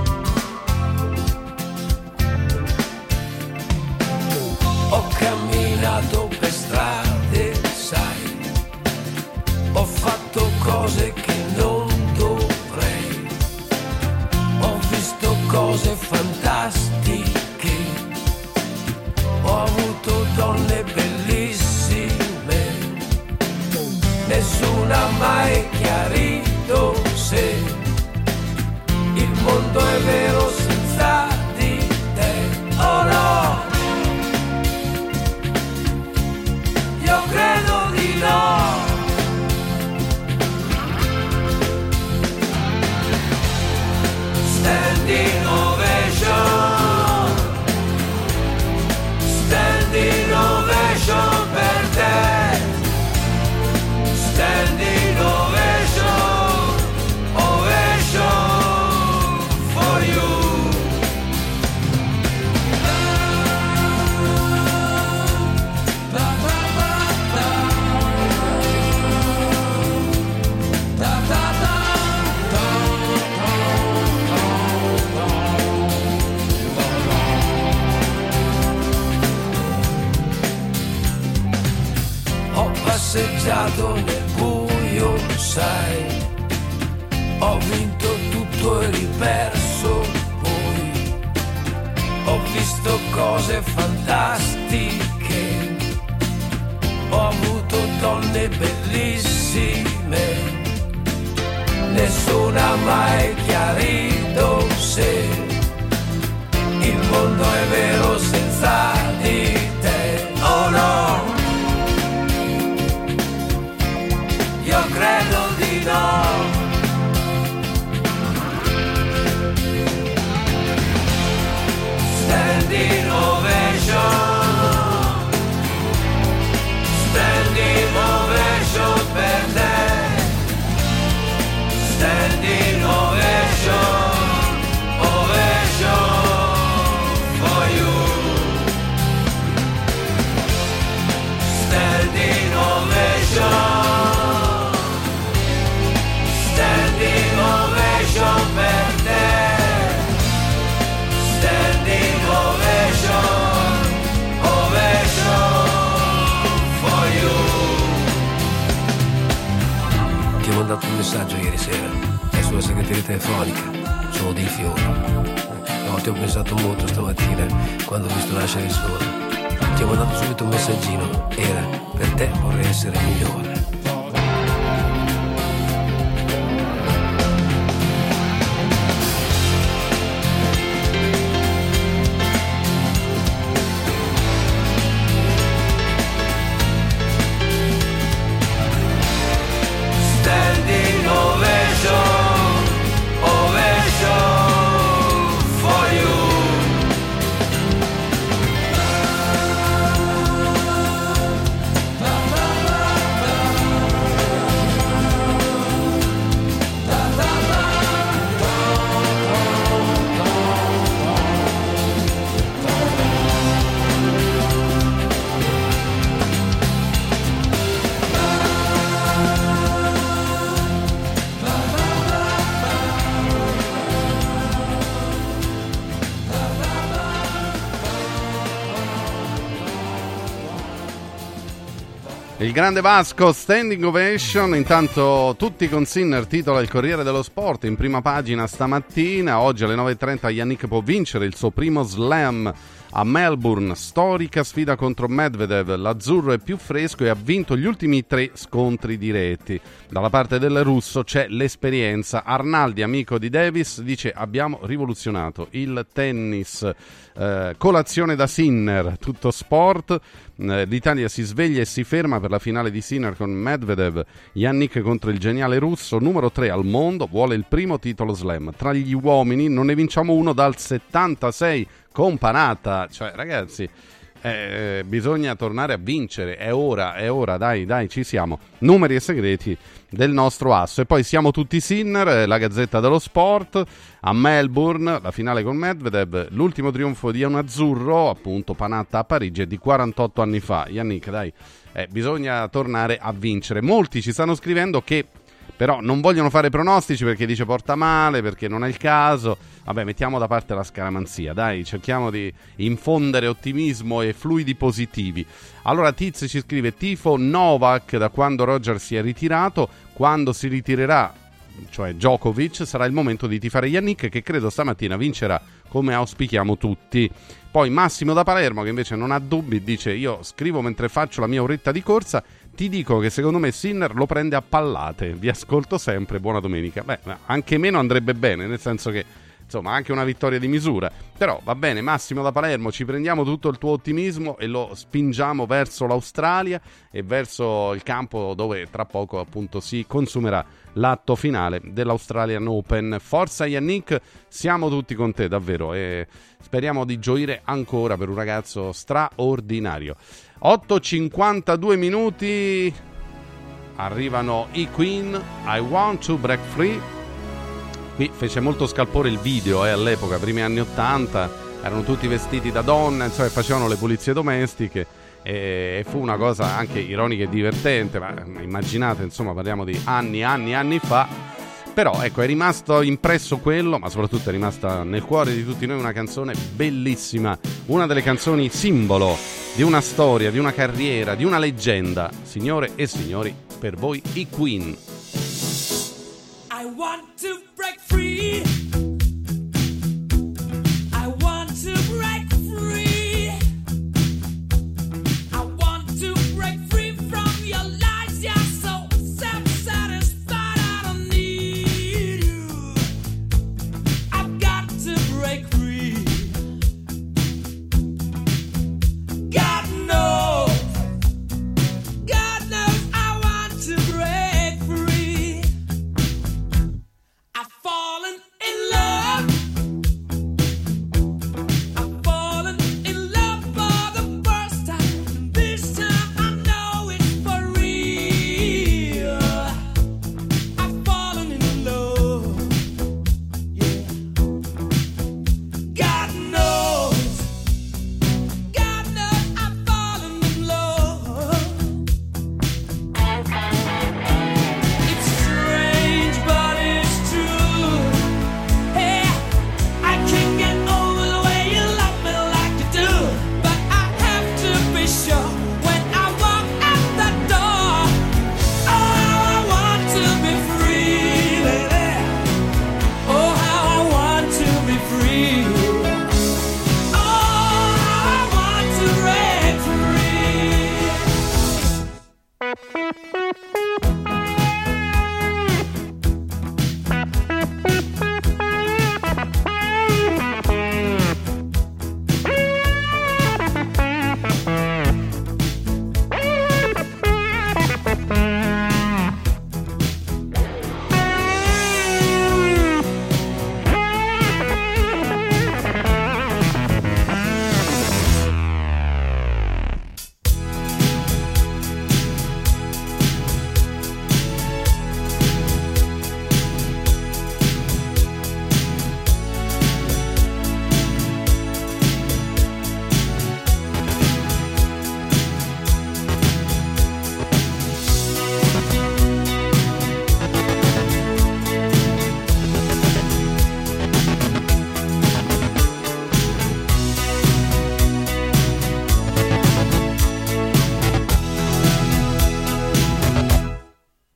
Ho camminato per strade, sai, ho fatto cose che non dovrei, ho visto cose fantastiche, ho avuto donne bellissime, nessuna ha mai chiarito se il mondo è vero senza di te, oh no, io credo di no. Standing ovation, standing ovation per te, standing ovation, ovation for you. Passeggiato nel buio, sai, ho vinto tutto e riperso poi, ho visto cose fantastiche, ho avuto donne bellissime, nessuno ha mai chiarito se il mondo è vero senza di te. Oh no, io credo di no. Standing ovation, standing ovation per te. Standing ovation, ovation for you. Standing ovation, standing ovation per te. Standing ovation, ovation for you. Ti ho mandato un messaggio ieri sera, è sulla segreteria telefonica, sono dei fiori. No, ti ho pensato molto stamattina quando ho visto nascere il sole. Ti ho mandato subito un messaggino, era per te vorrei essere migliore. Standing ovation, ovation for you. Il grande Vasco, Standing Ovation. Intanto tutti con Sinner, titola il Corriere dello Sport in prima pagina stamattina. Oggi alle nove e trenta Yannick può vincere il suo primo slam a Melbourne, storica sfida contro Medvedev. L'azzurro è più fresco e ha vinto gli ultimi tre scontri diretti. Dalla parte del russo c'è l'esperienza. Arnaldi, amico di Davis, dice: abbiamo rivoluzionato il tennis. Eh, colazione da Sinner, tutto sport. Eh, L'Italia si sveglia e si ferma per la finale di Sinner con Medvedev. Yannick contro il geniale russo, numero tre al mondo, vuole il primo titolo slam. Tra gli uomini non ne vinciamo uno dal settantasei con Panatta. Cioè, ragazzi, eh, bisogna tornare a vincere. È ora, è ora, dai, dai, ci siamo. Numeri e segreti del nostro asso. E poi siamo tutti Sinner, la Gazzetta dello Sport. A Melbourne, la finale con Medvedev, l'ultimo trionfo di un azzurro, appunto Panatta a Parigi, è di quarantotto anni fa. Yannick, dai, eh, bisogna tornare a vincere. Molti ci stanno scrivendo che però non vogliono fare pronostici perché dice porta male, perché non è il caso. Vabbè, mettiamo da parte la scaramanzia, dai, cerchiamo di infondere ottimismo e fluidi positivi. Allora Tiz ci scrive: tifo Novak da quando Roger si è ritirato, quando si ritirerà, cioè Djokovic, sarà il momento di tifare Yannick, che credo stamattina vincerà come auspichiamo tutti. Poi Massimo da Palermo, che invece non ha dubbi, dice: io scrivo mentre faccio la mia oretta di corsa, ti dico che secondo me Sinner lo prende a pallate, vi ascolto sempre, buona domenica. Beh, anche meno andrebbe bene, nel senso che insomma anche una vittoria di misura, però va bene. Massimo da Palermo, ci prendiamo tutto il tuo ottimismo e lo spingiamo verso l'Australia e verso il campo dove tra poco appunto si consumerà l'atto finale dell'Australian Open. Forza Yannick, siamo tutti con te davvero e speriamo di gioire ancora per un ragazzo straordinario. otto e cinquantadue minuti, arrivano i Queen, I Want to Break Free. Qui fece molto scalpore il video, eh, all'epoca, primi anni ottanta, erano tutti vestiti da donna, insomma, facevano le pulizie domestiche e, e fu una cosa anche ironica e divertente, ma immaginate, insomma, parliamo di anni, anni, anni fa. Però ecco, è rimasto impresso quello, ma soprattutto è rimasta nel cuore di tutti noi una canzone bellissima, una delle canzoni simbolo di una storia, di una carriera, di una leggenda. Signore e signori, per voi i Queen. I want to break free. I want to break free. I want to break free from your lies. You're so self-satisfied. I don't need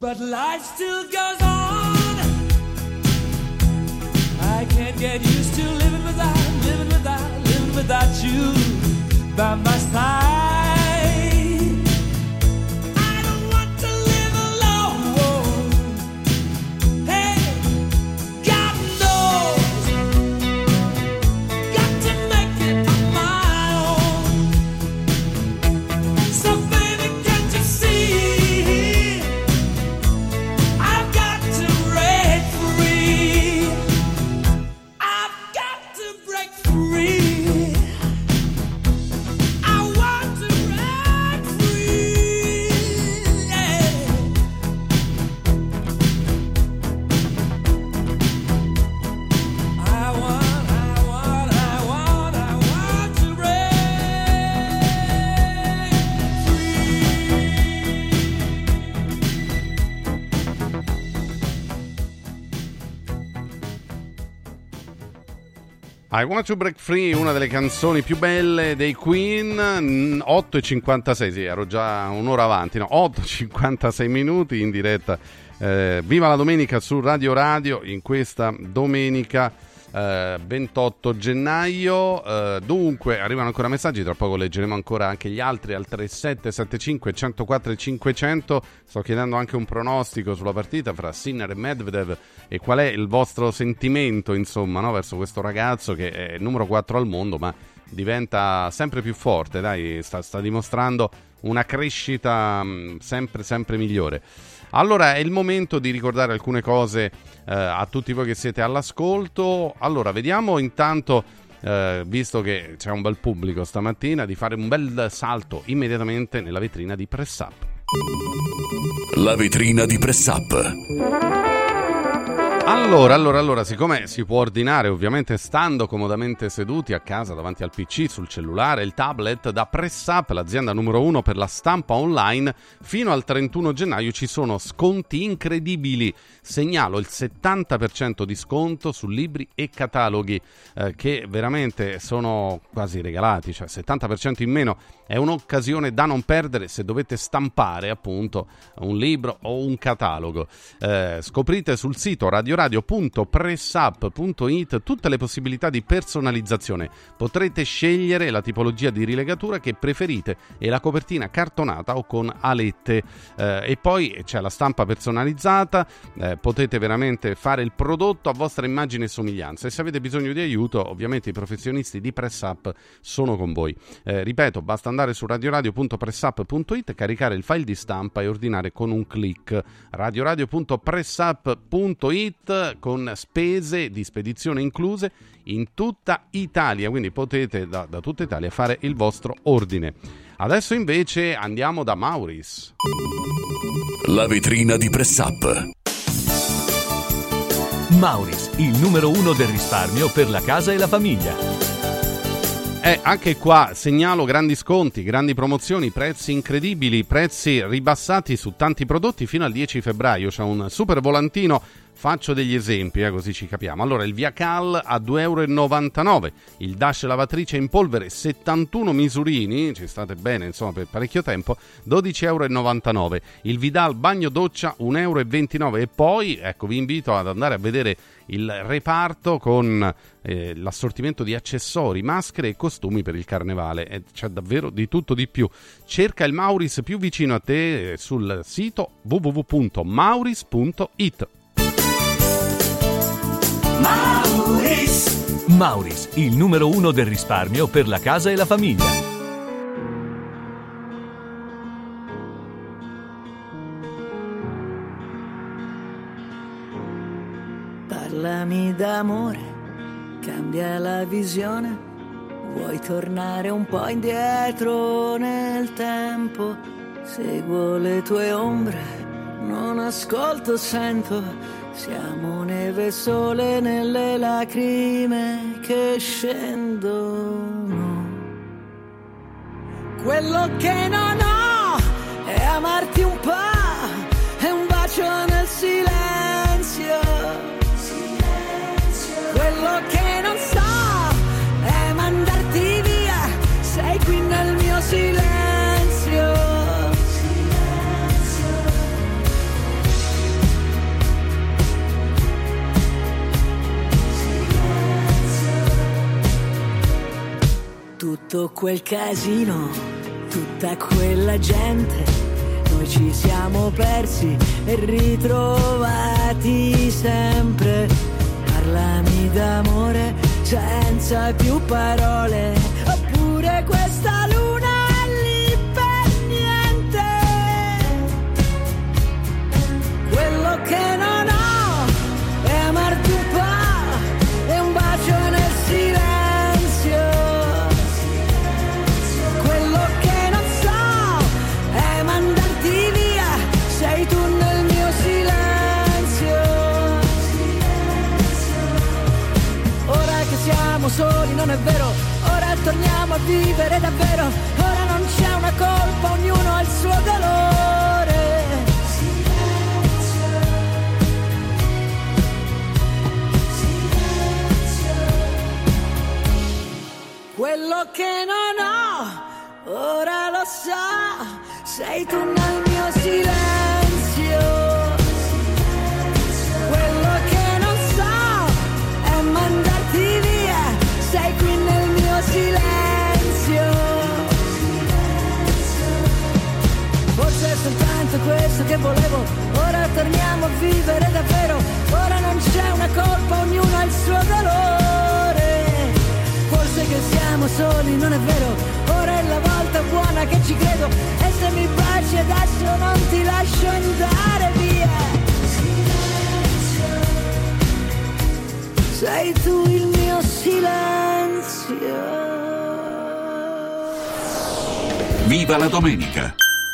but life still goes on. I can't get used to living without, living without, living without you by my side. I don't want to live alone. Hey, God knows, got to make it on my own. So baby, can't you see, I've got to break free. I've got to break free. I want to break free. Yeah. I want, I want, I want, I want to break I Want to Break Free, una delle canzoni più belle dei Queen. Otto e cinquantasei, sì, ero già un'ora avanti, no? Otto e cinquantasei minuti in diretta. Eh, viva la domenica su Radio Radio, in questa domenica eh, ventotto gennaio. Eh, dunque, arrivano ancora messaggi, tra poco leggeremo ancora anche gli altri al tre sette sette cinque uno zero quattro cinquecento. Sto chiedendo anche un pronostico sulla partita fra Sinner e Medvedev e qual è il vostro sentimento, insomma, no, verso questo ragazzo che è il numero quattro al mondo, ma diventa sempre più forte, dai, sta, sta dimostrando una crescita mh, sempre sempre migliore. Allora è il momento di ricordare alcune cose eh, a tutti voi che siete all'ascolto. Allora vediamo intanto, eh, visto che c'è un bel pubblico stamattina, di fare un bel salto immediatamente nella vetrina di Press Up. La vetrina di Press Up. Allora, allora, allora, siccome si può ordinare ovviamente stando comodamente seduti a casa davanti al P C, sul cellulare, il tablet, da Press Up, l'azienda numero uno per la stampa online, fino al trentuno gennaio ci sono sconti incredibili. Segnalo il settanta per cento di sconto su libri e cataloghi, eh, che veramente sono quasi regalati, cioè settanta per cento in meno. È un'occasione da non perdere se dovete stampare appunto un libro o un catalogo. Eh, scoprite sul sito radioradio punto pressup punto it tutte le possibilità di personalizzazione. Potrete scegliere la tipologia di rilegatura che preferite e la copertina cartonata o con alette. Eh, e poi c'è la stampa personalizzata, eh, potete veramente fare il prodotto a vostra immagine e somiglianza. E se avete bisogno di aiuto, ovviamente i professionisti di Press Up sono con voi. Eh, ripeto, basta andare su radioradio punto pressup punto it, caricare il file di stampa e ordinare con un click. radioradio punto pressup punto it, con spese di spedizione incluse in tutta Italia, quindi potete da, da tutta Italia fare il vostro ordine. Adesso invece andiamo da Maurice. La vetrina di Press Up. Maurice, il numero uno del risparmio per la casa e la famiglia. Eh, anche qua segnalo grandi sconti, grandi promozioni, prezzi incredibili, prezzi ribassati su tanti prodotti fino al dieci febbraio. C'è un super volantino, faccio degli esempi eh, così ci capiamo. Allora, il Viacal a due e novantanove euro, il Dash lavatrice in polvere settantuno misurini, ci state bene insomma per parecchio tempo, dodici e novantanove euro, il Vidal bagno doccia un e ventinove euro. E poi ecco, vi invito ad andare a vedere il reparto con eh, l'assortimento di accessori, maschere e costumi per il carnevale. E c'è davvero di tutto di più. Cerca il Maurice più vicino a te eh, sul sito w w w punto maurice punto it. Maurice. Maurice, il numero uno del risparmio per la casa e la famiglia. Parlami d'amore, cambia la visione. Vuoi tornare un po' indietro nel tempo? Seguo le tue ombre, non ascolto, sento. Siamo neve e sole nelle lacrime che scendono. Quello che non ho è amarti un po', è un bacio nel silenzio. Quello che non so è mandarti via, sei qui nel mio silenzio. tutto quel casino, tutta quella gente, noi ci siamo persi e ritrovati sempre. Parlami d'amore senza più parole, oppure questa luna è lì per niente. Quello che non ho è amarti un po', è un bacio nel silenzio. Quello che non so è mandarti via, sei tu nel mio silenzio. Ora che siamo soli non è vero, ora torniamo a vivere davvero, ora non c'è una colpa, ognuno ha il suo dolore. Quello che non ho, ora lo so, sei tu nel mio silenzio. Quello che non so è mandarti via, sei qui nel mio silenzio. Forse è soltanto questo che volevo, ora torniamo a vivere davvero, ora non c'è una colpa, ognuno ha il suo dolore. Forse che siamo soli, non è vero, ora è la volta buona che ci credo, e se mi baci adesso non ti lascio andare via. Sei tu il mio silenzio. Viva la domenica!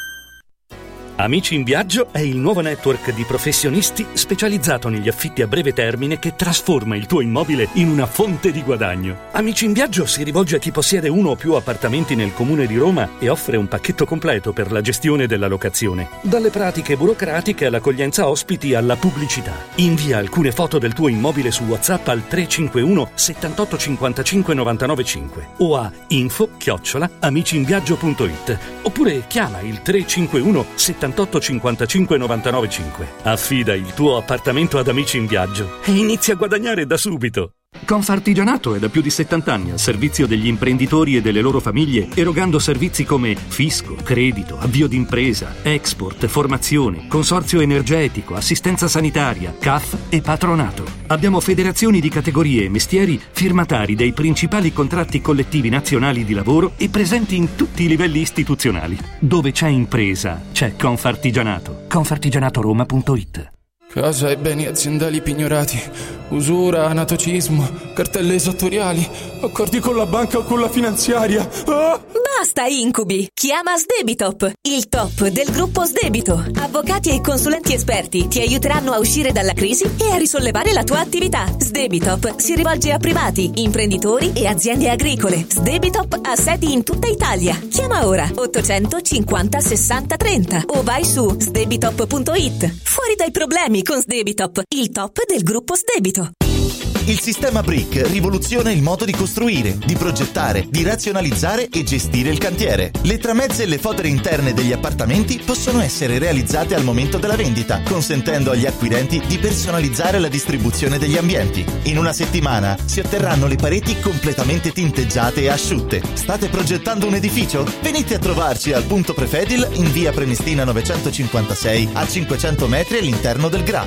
Amici in Viaggio è il nuovo network di professionisti specializzato negli affitti a breve termine che trasforma il tuo immobile in una fonte di guadagno. Amici in Viaggio si rivolge a chi possiede uno o più appartamenti nel comune di Roma e offre un pacchetto completo per la gestione della locazione. Dalle pratiche burocratiche all'accoglienza ospiti alla pubblicità. Invia alcune foto del tuo immobile su WhatsApp al tre cinque uno settantotto cinquantacinque novantanove cinque o a info chiocciola amiciinviaggio punto it oppure chiama il tre cinque uno settantotto cinquantacinque novantanove cinque. Affida il tuo appartamento ad Amici in Viaggio e inizia a guadagnare da subito. Confartigianato è da più di settanta anni al servizio degli imprenditori e delle loro famiglie, erogando servizi come fisco, credito, avvio d'impresa, export, formazione, consorzio energetico, assistenza sanitaria, C A F e patronato. Abbiamo federazioni di categorie e mestieri firmatari dei principali contratti collettivi nazionali di lavoro e presenti in tutti i livelli istituzionali. Dove c'è impresa, c'è Confartigianato. confartigianato roma punto it. Casa e beni aziendali pignorati, usura, anatocismo, cartelle esattoriali, accordi con la banca o con la finanziaria. Ah! Basta incubi! Chiama Sdebitop, il top del gruppo Sdebito. Avvocati e consulenti esperti ti aiuteranno a uscire dalla crisi e a risollevare la tua attività. Sdebitop si rivolge a privati, imprenditori e aziende agricole. Sdebitop ha sedi in tutta Italia. Chiama ora ottocentocinquanta sessanta trenta o vai su sdebitop punto it. Fuori dai problemi con Sdebitop, il top del gruppo Sdebito. Il sistema Brick rivoluziona il modo di costruire, di progettare, di razionalizzare e gestire il cantiere. Le tramezze e le fodere interne degli appartamenti possono essere realizzate al momento della vendita, consentendo agli acquirenti di personalizzare la distribuzione degli ambienti. In una settimana si otterranno le pareti completamente tinteggiate e asciutte. State progettando un edificio? Venite a trovarci al punto Prefedil in via Prenestina novecentocinquantasei, a cinquecento metri all'interno del Gra.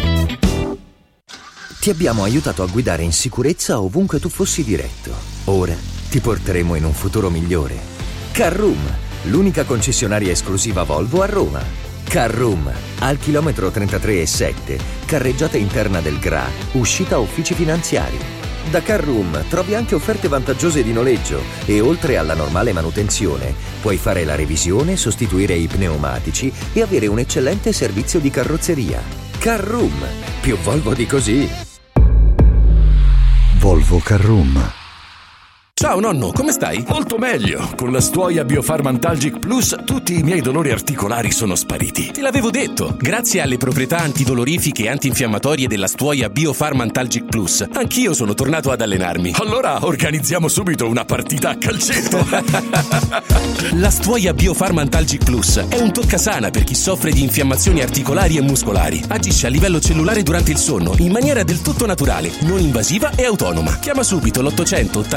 Ti abbiamo aiutato a guidare in sicurezza ovunque tu fossi diretto. Ora ti porteremo in un futuro migliore. Carroom, l'unica concessionaria esclusiva Volvo a Roma. Carroom, al chilometro trentatré e sette, carreggiata interna del Gra, uscita uffici finanziari. Da Carroom trovi anche offerte vantaggiose di noleggio e oltre alla normale manutenzione puoi fare la revisione, sostituire i pneumatici e avere un eccellente servizio di carrozzeria. Carroom, più Volvo di così. Volvo Carroom. Ciao nonno, come stai? Molto meglio. Con la Stuoia Biofarmantalgic Plus tutti i miei dolori articolari sono spariti. Te l'avevo detto. Grazie alle proprietà antidolorifiche e antinfiammatorie della Stuoia Biofarmantalgic Plus, anch'io sono tornato ad allenarmi. Allora organizziamo subito una partita a calcetto. La Stuoia Biofarmantalgic Plus è un toccasana per chi soffre di infiammazioni articolari e muscolari. Agisce a livello cellulare durante il sonno in maniera del tutto naturale, non invasiva e autonoma. Chiama subito l'ottocento ottantadue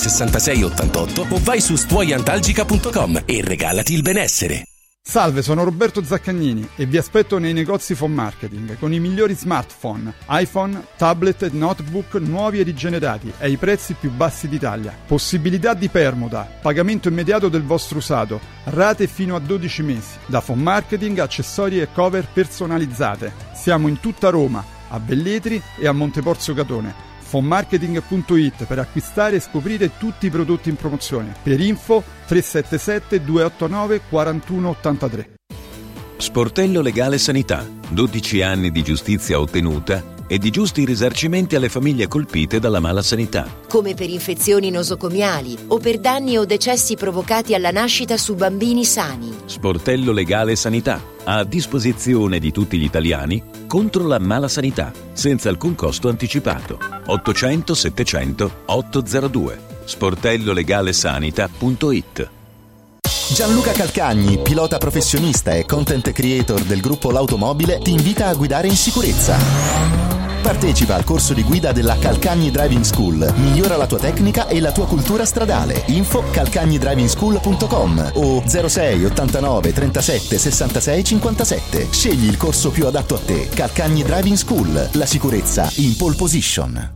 sessantasei ottantotto o vai su stuoiantalgica punto com e regalati il benessere. Salve, sono Roberto Zaccagnini e vi aspetto nei negozi Phone Marketing con i migliori smartphone, iPhone, tablet e notebook nuovi e rigenerati ai prezzi più bassi d'Italia. Possibilità di permuta, pagamento immediato del vostro usato, rate fino a dodici mesi. Da Phone Marketing, accessori e cover personalizzate. Siamo in tutta Roma, a Velletri e a Monteporzio Catone. phone marketing punto it per acquistare e scoprire tutti i prodotti in promozione. Per info tre sette sette due otto nove quattro uno otto tre. Sportello Legale Sanità. dodici anni di giustizia ottenuta e di giusti risarcimenti alle famiglie colpite dalla mala sanità. Come per infezioni nosocomiali o per danni o decessi provocati alla nascita su bambini sani. Sportello Legale Sanità. A disposizione di tutti gli italiani contro la mala sanità, senza alcun costo anticipato. ottocento settecento ottocentodue. sportello legale sanità punto it. Gianluca Calcagni, pilota professionista e content creator del gruppo L'Automobile, ti invita a guidare in sicurezza. Partecipa al corso di guida della Calcagni Driving School. Migliora la tua tecnica e la tua cultura stradale. Info calcagni driving school punto com o zero sei ottantanove trentasette sessantasei cinquantasette. Scegli il corso più adatto a te. Calcagni Driving School. La sicurezza in pole position.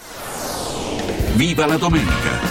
Viva la domenica!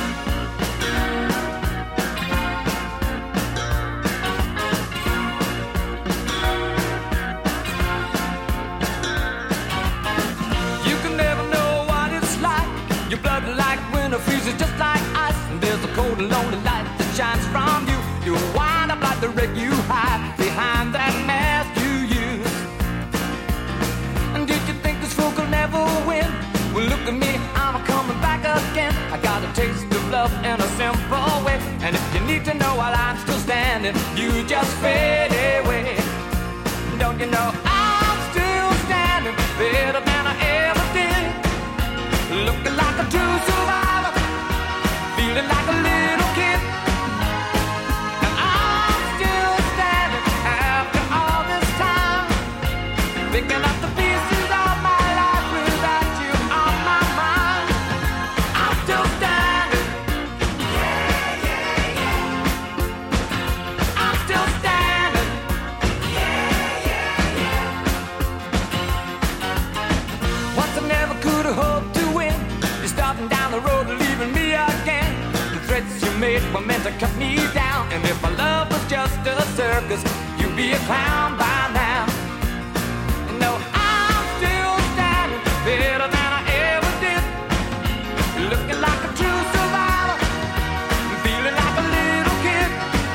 Lonely light that shines from you. You wind up like the wreck you hide behind that mask you use. And did you think this fool could never win? Well, look at me, I'm coming back again. I got a taste of love in a simple way. And if you need to know while I'm still standing, you just fade away. Don't you know I'm still standing better than I ever did? Looking like a true survivor, feeling like a little kid. And I'm still standing after all this time, picking up the pieces of my life without you on my mind. I'm still standing. Yeah, yeah, yeah. I'm still standing. Yeah, yeah, yeah. Once I never could have hoped to win. You're starting down the road and leaving me again. Threats you made were meant to cut me down. And if my love was just a circus, you'd be a clown by now. No, I'm still standing better than I ever did. Looking like a true survivor, feeling like a little kid.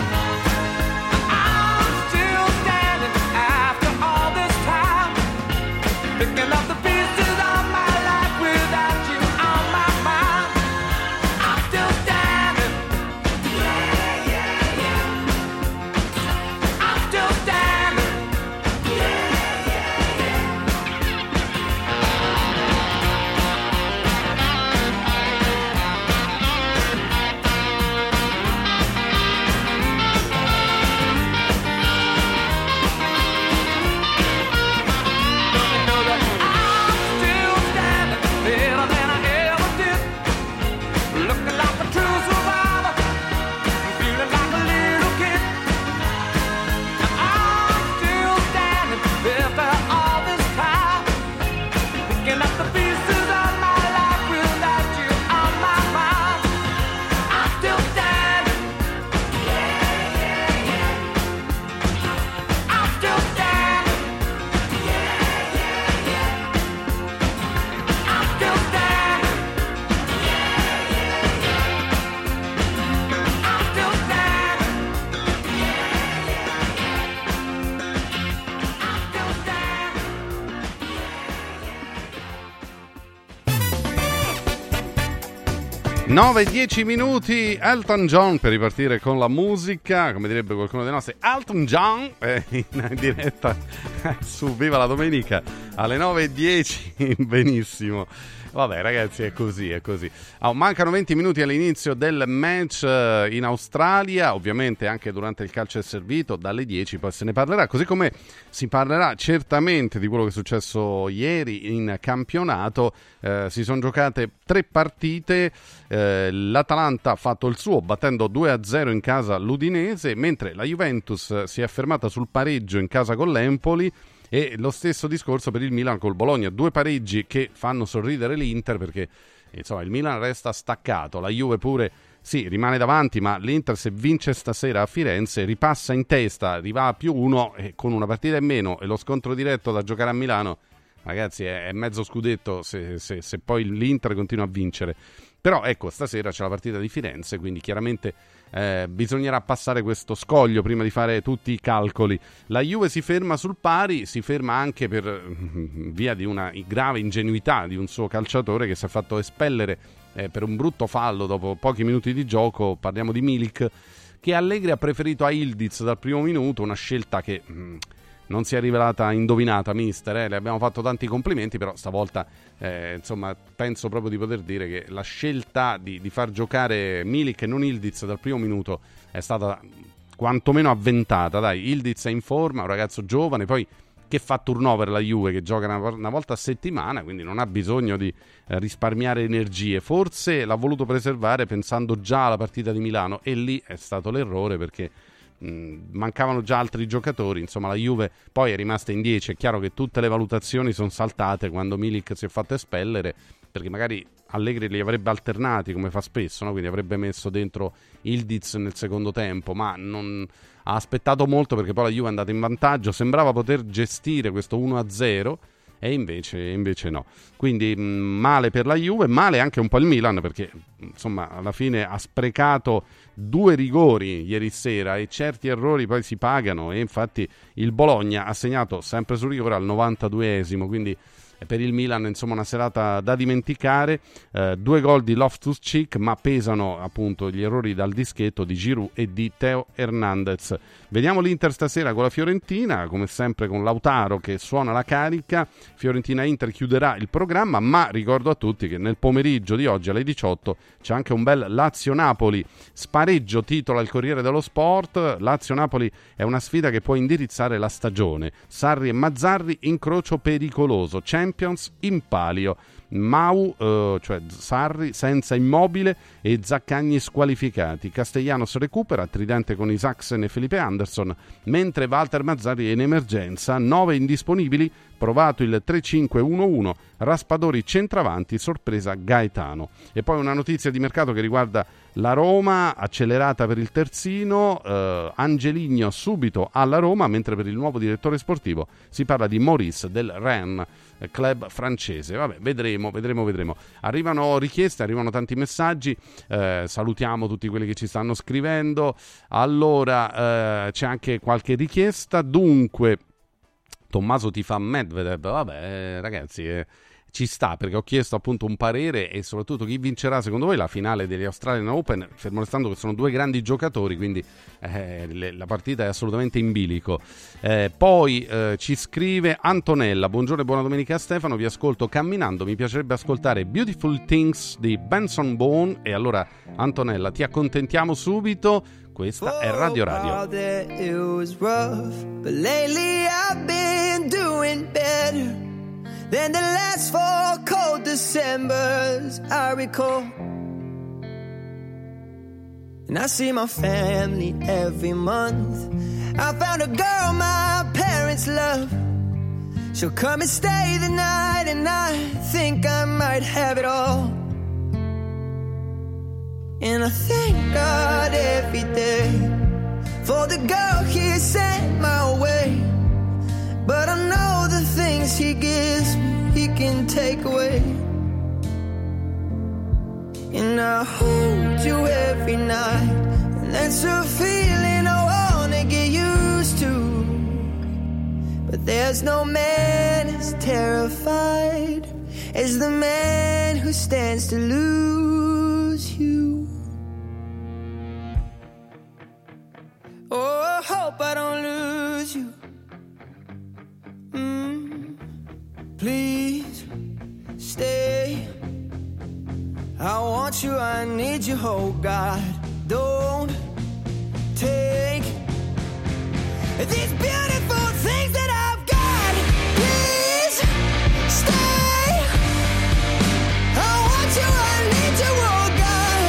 I'm still standing after all this time, picking up the pieces of my life without you on my mind. I'm still standing. nove e dieci minuti, Elton John per ripartire con la musica, come direbbe qualcuno dei nostri. Elton John è in diretta su Viva la Domenica alle nove e dieci, benissimo. Vabbè ragazzi, è così, è così. Oh, mancano venti minuti all'inizio del match in Australia, ovviamente anche durante il calcio è servito, dalle dieci poi se ne parlerà, così come si parlerà certamente di quello che è successo ieri in campionato. Eh, si sono giocate tre partite, eh, eh, l'Atalanta ha fatto il suo battendo due a zero in casa l'Udinese, mentre la Juventus si è fermata sul pareggio in casa con l'Empoli, e lo stesso discorso per il Milan col Bologna. Due pareggi che fanno sorridere l'Inter, perché insomma il Milan resta staccato, la Juve pure sì, rimane davanti, ma l'Inter se vince stasera a Firenze ripassa in testa, arriva a più uno, e con una partita in meno e lo scontro diretto da giocare a Milano, ragazzi, è, è mezzo scudetto se, se, se poi l'Inter continua a vincere. Però ecco, stasera c'è la partita di Firenze, quindi chiaramente eh, bisognerà passare questo scoglio prima di fare tutti i calcoli. La Juve si ferma sul pari, si ferma anche per via di una grave ingenuità di un suo calciatore che si è fatto espellere eh, per un brutto fallo dopo pochi minuti di gioco. Parliamo di Milik, che Allegri ha preferito a Ildiz dal primo minuto, una scelta che mh, non si è rivelata indovinata, mister, eh? Le abbiamo fatto tanti complimenti, però stavolta eh, insomma penso proprio di poter dire che la scelta di, di far giocare Milik e non Ildiz dal primo minuto è stata quantomeno avventata. Dai, Ildiz è in forma, un ragazzo giovane, poi che fa turnover la Juve, che gioca una, una volta a settimana, quindi non ha bisogno di eh, risparmiare energie. Forse l'ha voluto preservare pensando già alla partita di Milano, e lì è stato l'errore, perché mancavano già altri giocatori. Insomma, la Juve poi è rimasta in dieci. È chiaro che tutte le valutazioni sono saltate quando Milik si è fatto espellere, perché magari Allegri li avrebbe alternati come fa spesso, no? Quindi avrebbe messo dentro Ildiz nel secondo tempo, ma non ha aspettato molto, perché poi la Juve è andata in vantaggio, sembrava poter gestire questo uno a zero, e invece, invece no. Quindi mh, male per la Juve, male anche un po' il Milan, perché insomma alla fine ha sprecato due rigori ieri sera, e certi errori poi si pagano, e infatti il Bologna ha segnato sempre sul rigore al novantaduesimo, quindi per il Milan insomma una serata da dimenticare. Eh, due gol di Loftus-Cheek, ma pesano appunto gli errori dal dischetto di Giroud e di Theo Hernandez. Vediamo l'Inter stasera con la Fiorentina, come sempre con Lautaro che suona la carica. Fiorentina-Inter chiuderà il programma, ma ricordo a tutti che nel pomeriggio di oggi alle diciotto c'è anche un bel Lazio-Napoli. Spareggio titola il Corriere dello Sport. Lazio-Napoli è una sfida che può indirizzare la stagione. Sarri e Mazzarri, incrocio pericoloso. Champions in palio. Mau, eh, cioè Sarri senza Immobile e Zaccagni squalificati. Castellanos recupera, tridente con Isaacsen e Felipe Anderson, mentre Walter Mazzarri è in emergenza. Nove indisponibili, provato il tre cinque uno uno, Raspadori centravanti, sorpresa Gaetano. E poi una notizia di mercato che riguarda la Roma, accelerata per il terzino, eh, Angeligno subito alla Roma, mentre per il nuovo direttore sportivo si parla di Maurice del Rennes, club francese. Vabbè, vedremo, vedremo, vedremo. Arrivano richieste, arrivano tanti messaggi, eh, salutiamo tutti quelli che ci stanno scrivendo. Allora, eh, c'è anche qualche richiesta, dunque Tommaso ti fa Medvedev, vabbè ragazzi, eh, ci sta, perché ho chiesto appunto un parere, e soprattutto chi vincerà secondo voi la finale degli Australian Open, fermo restando che sono due grandi giocatori, quindi eh, le, la partita è assolutamente in bilico. Eh, poi eh, ci scrive Antonella: buongiorno e buona domenica a Stefano, vi ascolto camminando, mi piacerebbe ascoltare Beautiful Things di Benson Boone. E allora Antonella, ti accontentiamo subito. Questa è Radio Radio. It was rough, but lately I've been doing better than the last four cold Decembers I recall. And I see my family every month. I found a girl my parents love. She'll come and stay the night, and I think I might have it all. And I thank God every day for the girl He sent my way. But I know the things He gives me, He can take away. And I hold you every night, and that's a feeling I wanna get used to. But there's no man as terrified as the man who stands to lose you. Oh, I hope I don't lose you. Mm, please stay. I want you, I need you, oh God. Don't take these beautiful things that I've got. Please stay. I want you, I need you, oh God.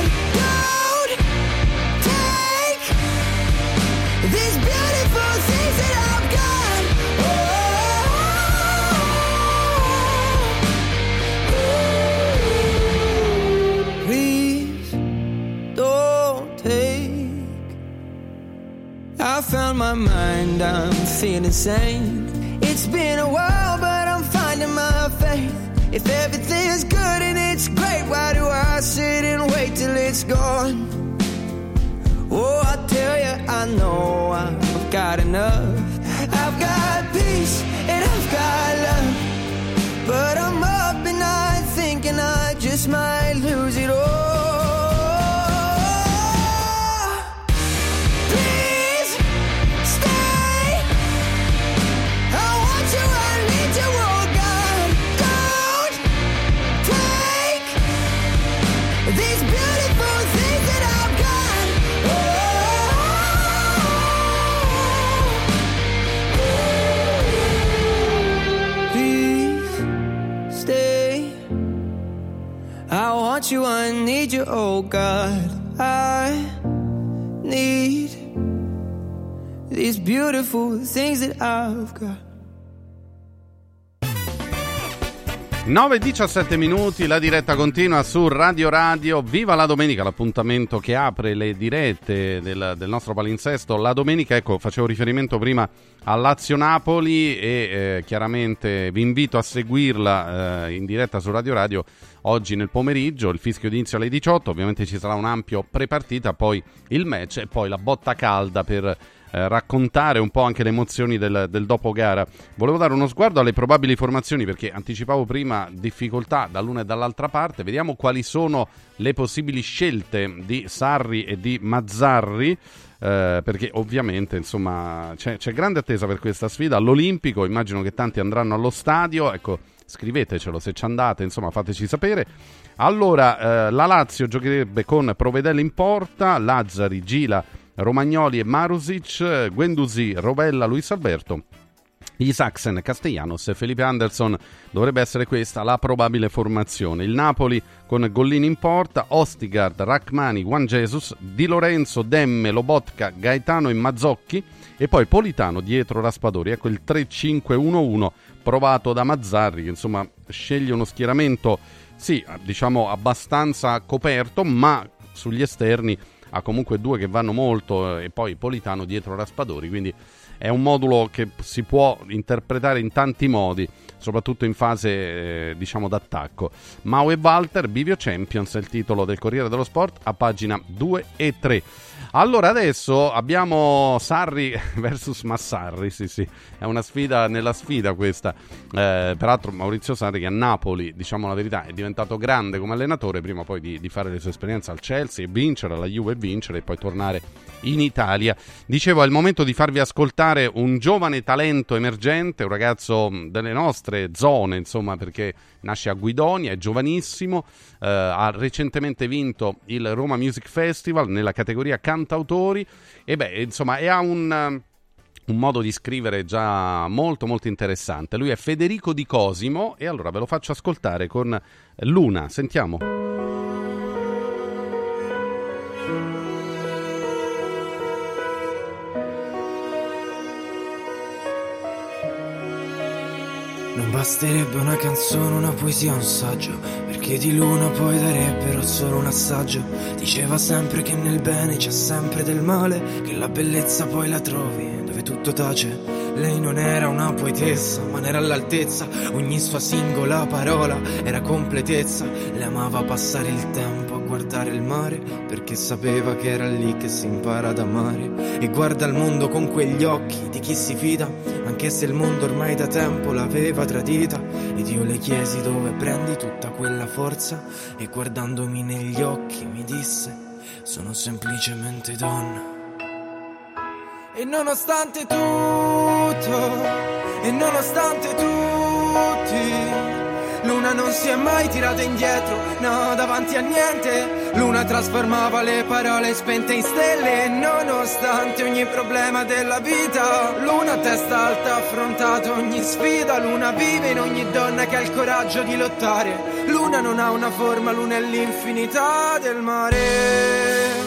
going insane. It's been a while, but I'm finding my faith. If everything's good and it's great, why do I sit and wait till it's gone? Oh, I tell you, I know I've got enough. I've got peace and I've got love, but I'm up at night thinking I just might lose it all. Please stay. I want you, I need you, oh God. Don't take these beautiful things that I've got. Oh. Please stay. I want you, I need you, oh God. I need these beautiful things that I've got. nove e diciassette minuti, la diretta continua su Radio Radio. Viva la domenica, l'appuntamento che apre le dirette del, del nostro palinsesto. La domenica, ecco, facevo riferimento prima a Lazio-Napoli e eh, chiaramente vi invito a seguirla eh, in diretta su Radio Radio oggi nel pomeriggio. Il fischio d'inizio alle diciotto, ovviamente ci sarà un ampio prepartita, poi il match e poi la botta calda per Eh, raccontare un po' anche le emozioni del, del dopo gara. Volevo dare uno sguardo alle probabili formazioni perché anticipavo prima difficoltà dall'una e dall'altra parte. Vediamo quali sono le possibili scelte di Sarri e di Mazzarri, eh, perché ovviamente insomma c'è, c'è grande attesa per questa sfida all'Olimpico. Immagino che tanti andranno allo stadio, ecco, scrivetecelo se ci andate, insomma fateci sapere. Allora, eh, la Lazio giocherebbe con Provedel in porta, Lazzari, Gila, Romagnoli e Marusic, Guendouzi, Rovella, Luis Alberto, Isaksen, Castellanos e Felipe Anderson. Dovrebbe essere questa la probabile formazione. Il Napoli con Gollini in porta, Ostigard, Rachmani, Juan Jesus, Di Lorenzo, Demme, Lobotka, Gaetano e Mazzocchi e poi Politano dietro Raspadori. Ecco il tre cinque uno uno provato da Mazzarri, che insomma sceglie uno schieramento sì, diciamo abbastanza coperto, ma sugli esterni ha comunque due che vanno molto e poi Politano dietro Raspadori, quindi è un modulo che si può interpretare in tanti modi, soprattutto in fase eh, diciamo d'attacco. Mau e Walter, Bivio Champions è il titolo del Corriere dello Sport a pagina due e tre. Allora adesso abbiamo Sarri versus Massarri, sì sì, è una sfida nella sfida questa, eh, peraltro Maurizio Sarri che a Napoli, diciamo la verità, è diventato grande come allenatore prima poi di, di fare le sue esperienze al Chelsea e vincere, alla Juve e vincere e poi tornare in Italia. Dicevo, è il momento di farvi ascoltare un giovane talento emergente, un ragazzo delle nostre zone, insomma, perché nasce a Guidonia, è giovanissimo, eh, ha recentemente vinto il Roma Music Festival nella categoria cantautori e beh, insomma, e ha un, un modo di scrivere già molto molto interessante. Lui è Federico Di Cosimo e allora ve lo faccio ascoltare con Luna, sentiamo. Non basterebbe una canzone, una poesia, un saggio, perché di Luna poi darebbero solo un assaggio. Diceva sempre che nel bene c'è sempre del male, che la bellezza poi la trovi dove tutto tace. Lei non era una poetessa, ma ne era all'altezza. Ogni sua singola parola era completezza. Le amava passare il tempo a guardare il mare, perché sapeva che era lì che si impara ad amare. E guarda il mondo con quegli occhi di chi si fida, anche se il mondo ormai da tempo l'aveva tradita. Ed io le chiesi dove prendi tutta quella forza, e guardandomi negli occhi mi disse: sono semplicemente donna. E nonostante tutto, e nonostante tutti, Luna non si è mai tirata indietro, no, davanti a niente. Luna trasformava le parole spente in stelle, nonostante ogni problema della vita. Luna a testa alta ha affrontato ogni sfida. Luna vive in ogni donna che ha il coraggio di lottare. Luna non ha una forma, Luna è l'infinità del mare.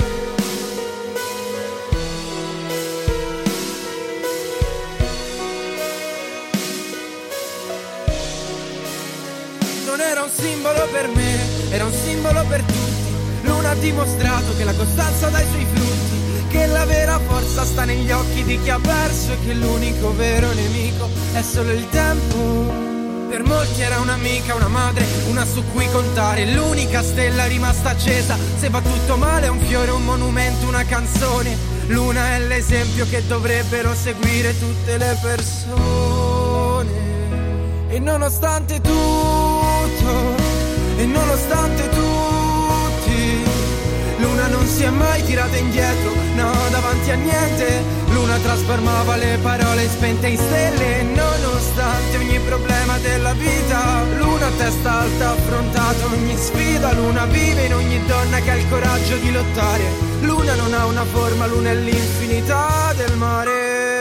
Non era un simbolo per me, era un simbolo per tutti. Luna ha dimostrato che la costanza dà i suoi frutti, che la vera forza sta negli occhi di chi ha perso e che l'unico vero nemico è solo il tempo. Per molti era un'amica, una madre, una su cui contare, l'unica stella rimasta accesa. Se va tutto male è un fiore, un monumento, una canzone. L'una è l'esempio che dovrebbero seguire tutte le persone. E nonostante tutto, e nonostante tutti, l'una non si è mai tirata indietro, no, davanti a niente. L'una trasformava le parole spente in stelle. E nonostante ogni problema della vita, l'una a testa alta ha affrontato ogni sfida. L'una vive in ogni donna che ha il coraggio di lottare. L'una non ha una forma, l'una è l'infinità del mare.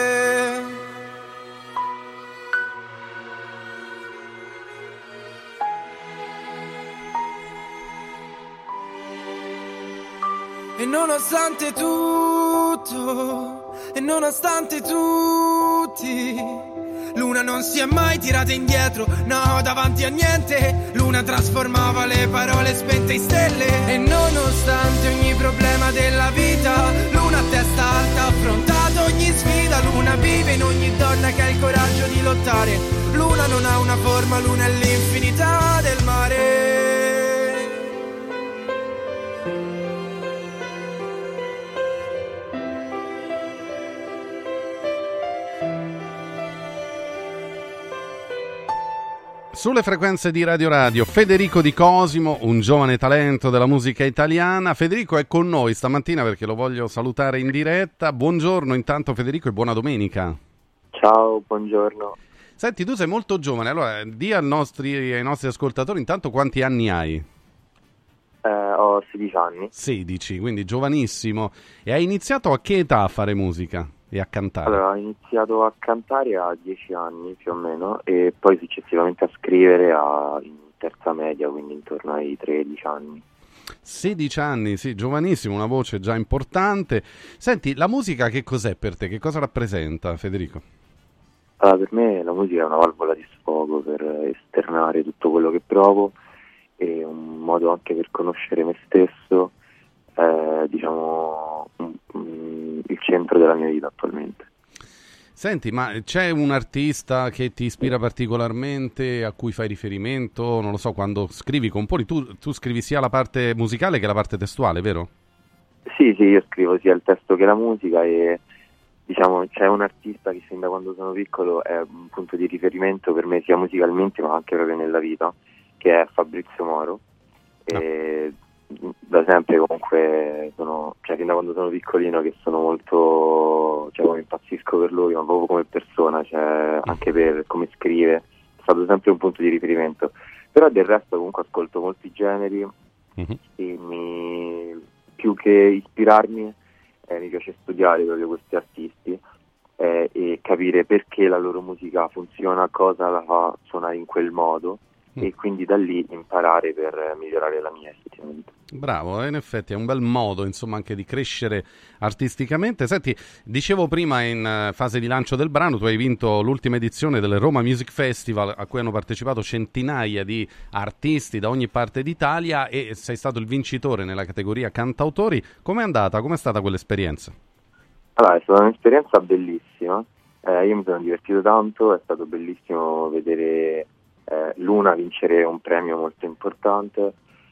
E nonostante tutto, e nonostante tutti, l'una non si è mai tirata indietro, no, davanti a niente. L'una trasformava le parole spente in stelle. E nonostante ogni problema della vita, l'una a testa alta ha affrontato ogni sfida. L'una vive in ogni donna che ha il coraggio di lottare. L'una non ha una forma, l'una è l'infinità del mare. Sulle frequenze di Radio Radio, Federico Di Cosimo, un giovane talento della musica italiana. Federico è con noi stamattina perché lo voglio salutare in diretta. Buongiorno intanto Federico e buona domenica. Ciao, buongiorno. Senti, tu sei molto giovane, allora di ai nostri, ai nostri ascoltatori intanto quanti anni hai? Eh, ho sedici anni. sedici, quindi giovanissimo. E hai iniziato a che età a fare musica? E a cantare? Allora, ho iniziato a cantare a dieci anni più o meno e poi successivamente a scrivere a, in terza media, quindi intorno ai tredici anni. sedici anni, sì, giovanissimo, una voce già importante. Senti, la musica che cos'è per te? Che cosa rappresenta, Federico? Allora, per me la musica è una valvola di sfogo per esternare tutto quello che provo e un modo anche per conoscere me stesso, eh, diciamo un, un, il centro della mia vita attualmente. Senti, ma c'è un artista che ti ispira particolarmente, a cui fai riferimento? Non lo so, quando scrivi, componi, tu, tu scrivi sia la parte musicale che la parte testuale, vero? Sì, sì, io scrivo sia il testo che la musica e diciamo c'è un artista che sin da quando sono piccolo è un punto di riferimento per me sia musicalmente ma anche proprio nella vita, che è Fabrizio Moro. Ah. E da sempre comunque sono, cioè fin da quando sono piccolino che sono molto, cioè come impazzisco per lui, ma proprio come persona, cioè anche per come scrive, è stato sempre un punto di riferimento. Però del resto comunque ascolto molti generi mm-hmm. e mi, più che ispirarmi eh, mi piace studiare proprio questi artisti eh, e capire perché la loro musica funziona, cosa la fa suonare in quel modo e quindi da lì imparare per migliorare la mia effettivamente. Bravo, eh, in effetti è un bel modo insomma anche di crescere artisticamente. Senti, dicevo prima in fase di lancio del brano tu hai vinto l'ultima edizione del Roma Music Festival a cui hanno partecipato centinaia di artisti da ogni parte d'Italia e sei stato il vincitore nella categoria cantautori. Com'è andata? Com'è stata quell'esperienza? Allora, è stata un'esperienza bellissima, eh, io mi sono divertito tanto, è stato bellissimo vedere Eh, l'una vincere un premio molto importante,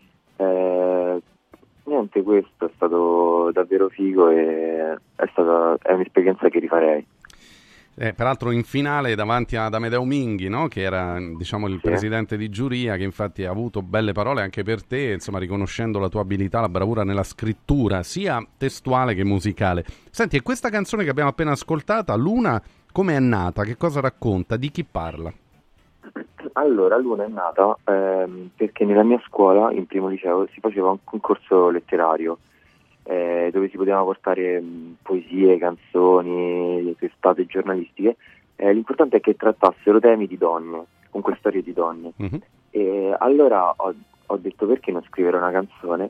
eh, niente, questo è stato davvero figo e è stata è un'esperienza che rifarei. Eh, peraltro in finale davanti ad Amedeo Minghi, no? Che era diciamo il sì. presidente di giuria, che infatti ha avuto belle parole anche per te, insomma riconoscendo la tua abilità, la bravura nella scrittura sia testuale che musicale. Senti, e questa canzone che abbiamo appena ascoltata, Luna, come è nata? Che cosa racconta? Di chi parla? Allora, Luna è nata ehm, perché nella mia scuola, in primo liceo, si faceva un concorso letterario eh, dove si potevano portare mh, poesie, canzoni, testate giornalistiche. Eh, l'importante è che trattassero temi di donne, comunque storie di donne. Mm-hmm. E allora ho, ho detto perché non scrivere una canzone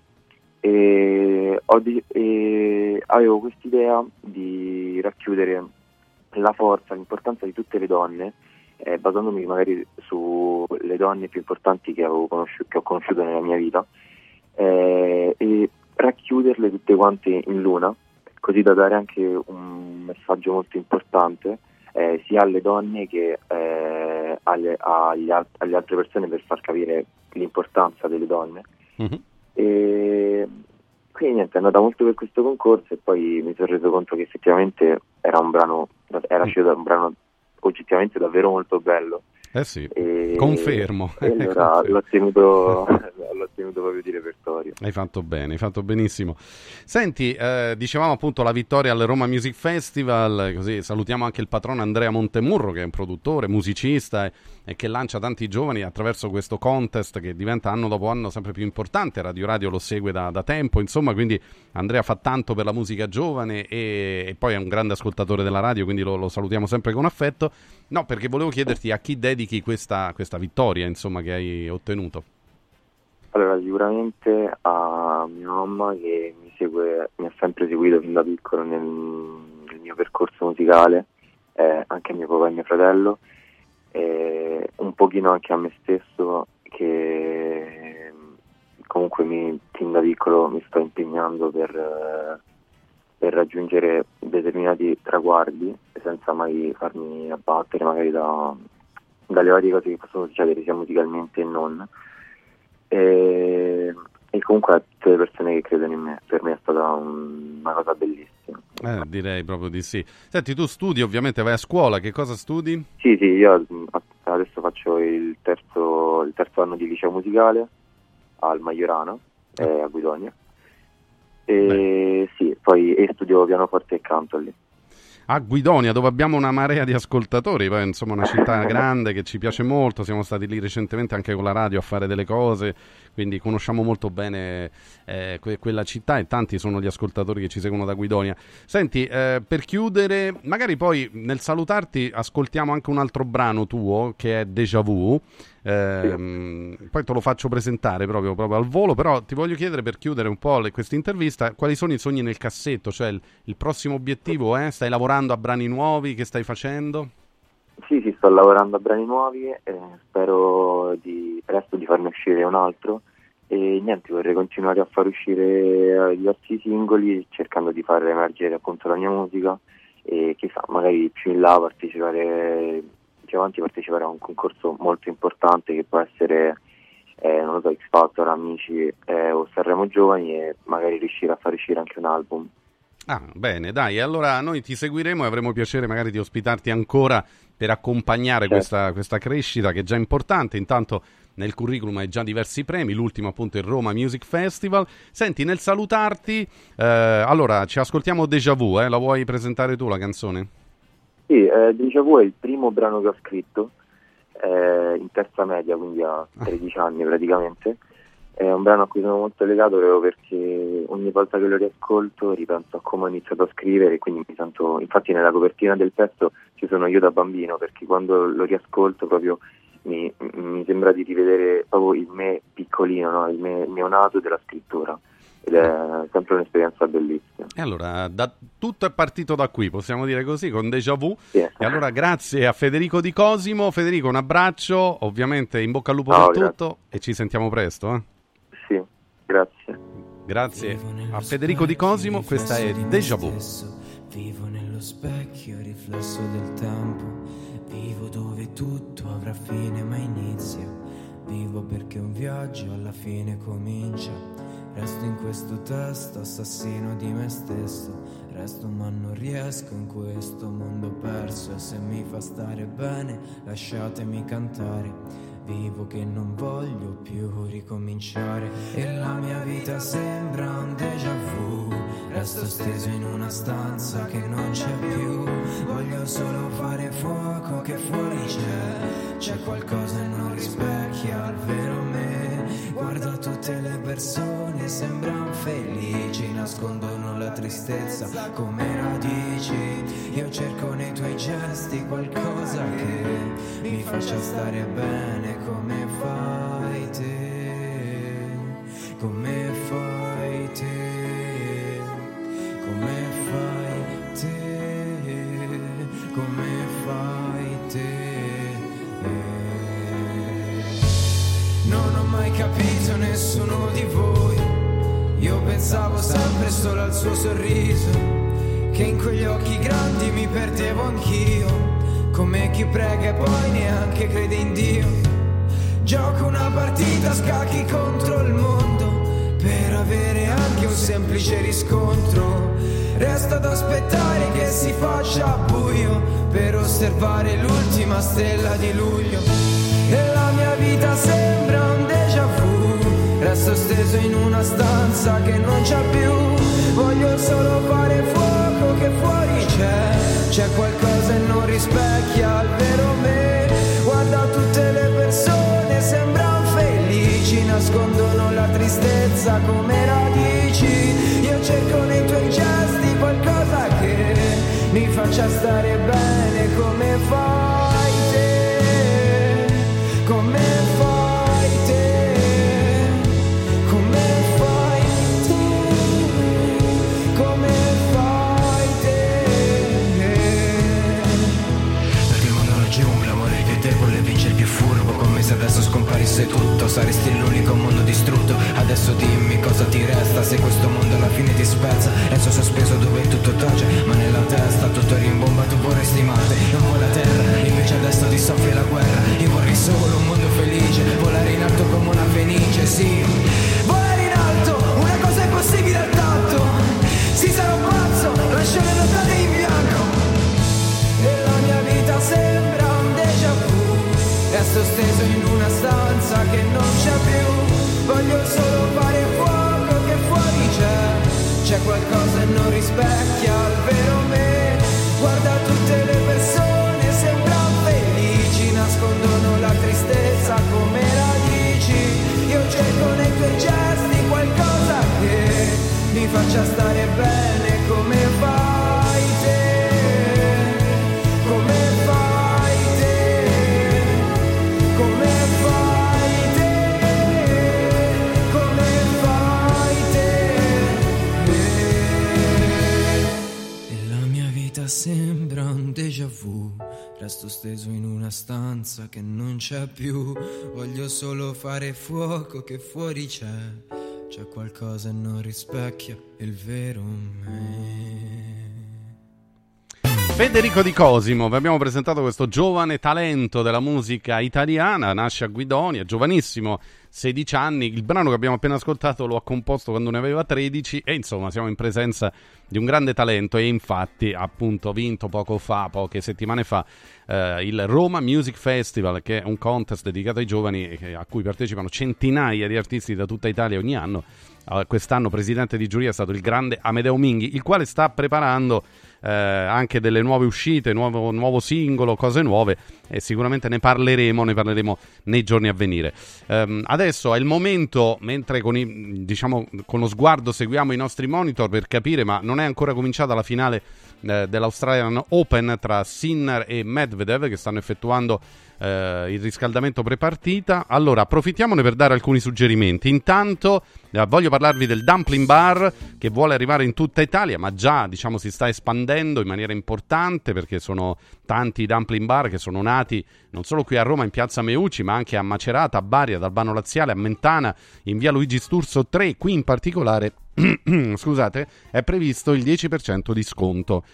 e, ho di- e avevo quest'idea di racchiudere la forza, l'importanza di tutte le donne, Eh, basandomi magari sulle donne più importanti che, avevo conosciuto, che ho conosciuto nella mia vita eh, e racchiuderle tutte quante in Luna così da dare anche un messaggio molto importante eh, sia alle donne che eh, alle, agli al- alle altre persone, per far capire l'importanza delle donne. Mm-hmm. E quindi niente, è andata molto per questo concorso e poi mi sono reso conto che effettivamente era un brano, era uscito da un brano oggettivamente davvero molto bello. Eh sì, e, confermo. E allora Confermo. l'ho tenuto, l'ho tenuto proprio di repertorio. Hai fatto bene, hai fatto benissimo. Senti, eh, dicevamo appunto la vittoria al Roma Music Festival, così salutiamo anche il patrono Andrea Montemurro, che è un produttore, musicista e, e che lancia tanti giovani attraverso questo contest che diventa anno dopo anno sempre più importante. Radio Radio lo segue da, da tempo, insomma, quindi Andrea fa tanto per la musica giovane e, e poi è un grande ascoltatore della radio, quindi lo, lo salutiamo sempre con affetto. No, perché volevo chiederti a chi dedichi questa, questa vittoria, insomma, che hai ottenuto. Allora, sicuramente a mia mamma, che mi segue, mi ha sempre seguito fin da piccolo nel, nel mio percorso musicale, eh, anche a mio papà e mio fratello, e un pochino anche a me stesso, che comunque mi, fin da piccolo mi sto impegnando per, per raggiungere determinati traguardi senza mai farmi abbattere magari da, dalle varie cose che possono succedere sia musicalmente e non. E, e comunque a tutte le persone che credono in me, per me è stata un, una cosa bellissima. Eh, direi proprio di sì. Senti, tu studi, ovviamente vai a scuola, che cosa studi? Sì, sì, io adesso faccio il terzo, il terzo anno di liceo musicale al Majorana, eh, a Guidonia. E Beh. sì, poi e studio pianoforte e canto lì. A Guidonia, dove abbiamo una marea di ascoltatori, poi insomma una città grande che ci piace molto, siamo stati lì recentemente anche con la radio a fare delle cose, quindi conosciamo molto bene eh, que- quella città e tanti sono gli ascoltatori che ci seguono da Guidonia. Senti, eh, per chiudere, magari poi nel salutarti ascoltiamo anche un altro brano tuo che è Déjà Vu. Eh, sì. Poi te lo faccio presentare proprio, proprio al volo, però ti voglio chiedere, per chiudere un po' questa intervista, quali sono i sogni nel cassetto, cioè il, il prossimo obiettivo, eh? Stai lavorando a brani nuovi, che stai facendo? Sì, sì, sto lavorando a brani nuovi e spero di presto di farne uscire un altro e niente, vorrei continuare a far uscire diversi singoli cercando di far emergere appunto la mia musica e chissà, magari più in là partecipare più avanti partecipare a un concorso molto importante che può essere eh, non lo so, X Factor, Amici eh, o Sanremo Giovani e magari riuscire a far uscire anche un album. Ah, bene, dai, allora noi ti seguiremo e avremo piacere magari di ospitarti ancora per accompagnare certo. questa, questa crescita che è già importante. Intanto nel curriculum hai già diversi premi, l'ultimo appunto è il Roma Music Festival. Senti, nel salutarti, eh, allora ci ascoltiamo Déjà Vu, eh? La vuoi presentare tu la canzone? Sì, eh, Déjà Vu è il primo brano che ho scritto eh, in terza media, quindi a tredici anni praticamente. È un brano a cui sono molto legato proprio perché ogni volta che lo riascolto ripenso a come ho iniziato a scrivere e quindi mi sento, infatti nella copertina del pezzo ci sono io da bambino, perché quando lo riascolto proprio mi, mi sembra di rivedere proprio il me piccolino, no? il me neonato della scrittura, ed è sempre un'esperienza bellissima. E allora da, tutto è partito da qui, possiamo dire così, con Déjà Vu. Sì. E allora grazie a Federico Di Cosimo. Federico, un abbraccio, ovviamente in bocca al lupo no, per grazie. tutto e ci sentiamo presto, eh? Sì, grazie. Grazie a Federico Di Cosimo, questa è Déjà Vu. Vivo nello specchio, riflesso del tempo. Vivo dove tutto avrà fine ma inizia. Vivo perché un viaggio alla fine comincia. Resto in questo testo assassino di me stesso. Resto ma non riesco in questo mondo perso. E se mi fa stare bene lasciatemi cantare. Vivo che non voglio più ricominciare. E la mia vita sembra un déjà vu. Resto steso in una stanza che non c'è più. Voglio solo fare fuoco che fuori c'è. C'è qualcosa e non rispecchia il vero me. Guardo tutte le persone, sembrano felici. Nascondono la tristezza come radici. Io cerco nei tuoi gesti qualcosa che mi faccia stare bene. Come fai te, come fai te, come fai te, come fai te. Non ho mai capito nessuno di voi. Io pensavo sempre solo al suo sorriso. che in quegli occhi grandi mi perdevo anch'io, come chi prega e poi neanche crede in Dio. Gioco una partita a scacchi contro il mondo per avere anche un semplice riscontro. Resto ad aspettare che si faccia buio per osservare l'ultima stella di luglio. E la mia vita sembra un déjà vu, resto steso in una stanza che non c'è più. Voglio solo fare fuoco che fuori c'è, c'è qualcosa e non rispecchia il vero me. Guarda tutte le persone, sembrano felici, nascondono la tristezza come radici. Io cerco nei tuoi gesti qualcosa che mi faccia stare bene come fai te, come fai te, come fai te, come fai te. Perché il mondo non giungla, amore il più debole vince il più furbo. Come se adesso scomparisse tutto, saresti l'unico mondo distrutto. Adesso dimmi cosa ti resta se questo mondo alla fine ti spezza. Resto sospeso dove tutto tace, ma nella testa tutto rimbomba. Tu vorresti Marte, non vuoi la terra, invece adesso ti soffri la guerra. Io vorrei solo un mondo felice, volare in alto come una fenice, sì. Volare in alto, una cosa impossibile al tatto. Sì, sarò pazzo, lascio le nottate in bianco. E la mia vita sembra un déjà vu, resto steso in una stanza che non c'è più. Voglio solo fare fuoco che fuori c'è, c'è qualcosa e non rispecchia il vero me. Guarda tutte le persone, sembrano felici, nascondono la tristezza come radici. Io cerco nei tuoi gesti qualcosa che mi faccia stare bene come fai te, come fai te, come fai te, come fai te. E la mia vita sembra un déjà vu, resto steso in una stanza che non c'è più. Voglio solo fare fuoco che fuori c'è, c'è qualcosa e non rispecchia il vero me. Federico Di Cosimo, vi abbiamo presentato questo giovane talento della musica italiana, nasce a Guidonia, giovanissimo, sedici anni. Il brano che abbiamo appena ascoltato lo ha composto quando ne aveva tredici e insomma siamo in presenza di un grande talento e infatti ha appunto vinto poco fa, poche settimane fa, eh, il Roma Music Festival, che è un contest dedicato ai giovani eh, a cui partecipano centinaia di artisti da tutta Italia ogni anno. Uh, quest'anno presidente di giuria è stato il grande Amedeo Minghi, il quale sta preparando eh, anche delle nuove uscite, nuovo, nuovo singolo, cose nuove e sicuramente ne parleremo, ne parleremo nei giorni a venire. Um, adesso è il momento, mentre con, i, diciamo, con lo sguardo seguiamo i nostri monitor per capire, ma non è ancora cominciata la finale eh, dell'Australian Open tra Sinner e Medvedev che stanno effettuando Uh, il riscaldamento prepartita. Allora approfittiamone per dare alcuni suggerimenti. Intanto uh, voglio parlarvi del Dumpling Bar che vuole arrivare in tutta Italia, ma già diciamo si sta espandendo in maniera importante perché sono tanti i Dumpling Bar che sono nati non solo qui a Roma in piazza Meucci ma anche a Macerata, a Bari, ad Albano Laziale, a Mentana, in via Luigi Sturzo tre. Qui in particolare scusate, è previsto il dieci per cento di sconto.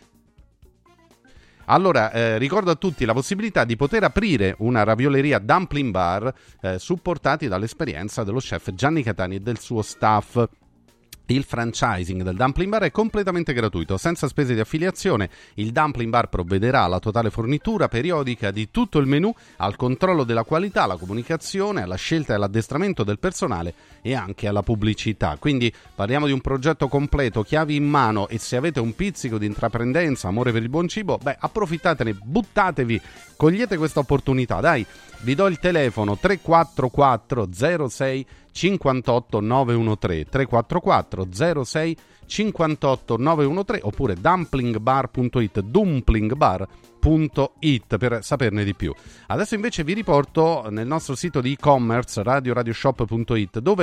Allora, eh, ricordo a tutti la possibilità di poter aprire una ravioleria Dumpling Bar eh, supportati dall'esperienza dello chef Gianni Catani e del suo staff. Il franchising del Dumpling Bar è completamente gratuito, senza spese di affiliazione. Il Dumpling Bar provvederà alla totale fornitura periodica di tutto il menù, al controllo della qualità, alla comunicazione, alla scelta e all'addestramento del personale e anche alla pubblicità. Quindi parliamo di un progetto completo, chiavi in mano, e se avete un pizzico di intraprendenza, amore per il buon cibo, beh, approfittatene, buttatevi, cogliete questa opportunità, dai. Vi do il telefono tre quattro quattro zero sei cinquantotto nove uno tre, tre quattro quattro zero sei cinquantotto nove uno tre, oppure dumplingbar punto it, dumplingbar punto it per saperne di più. Adesso invece vi riporto nel nostro sito di e-commerce radio radio shop punto it, dove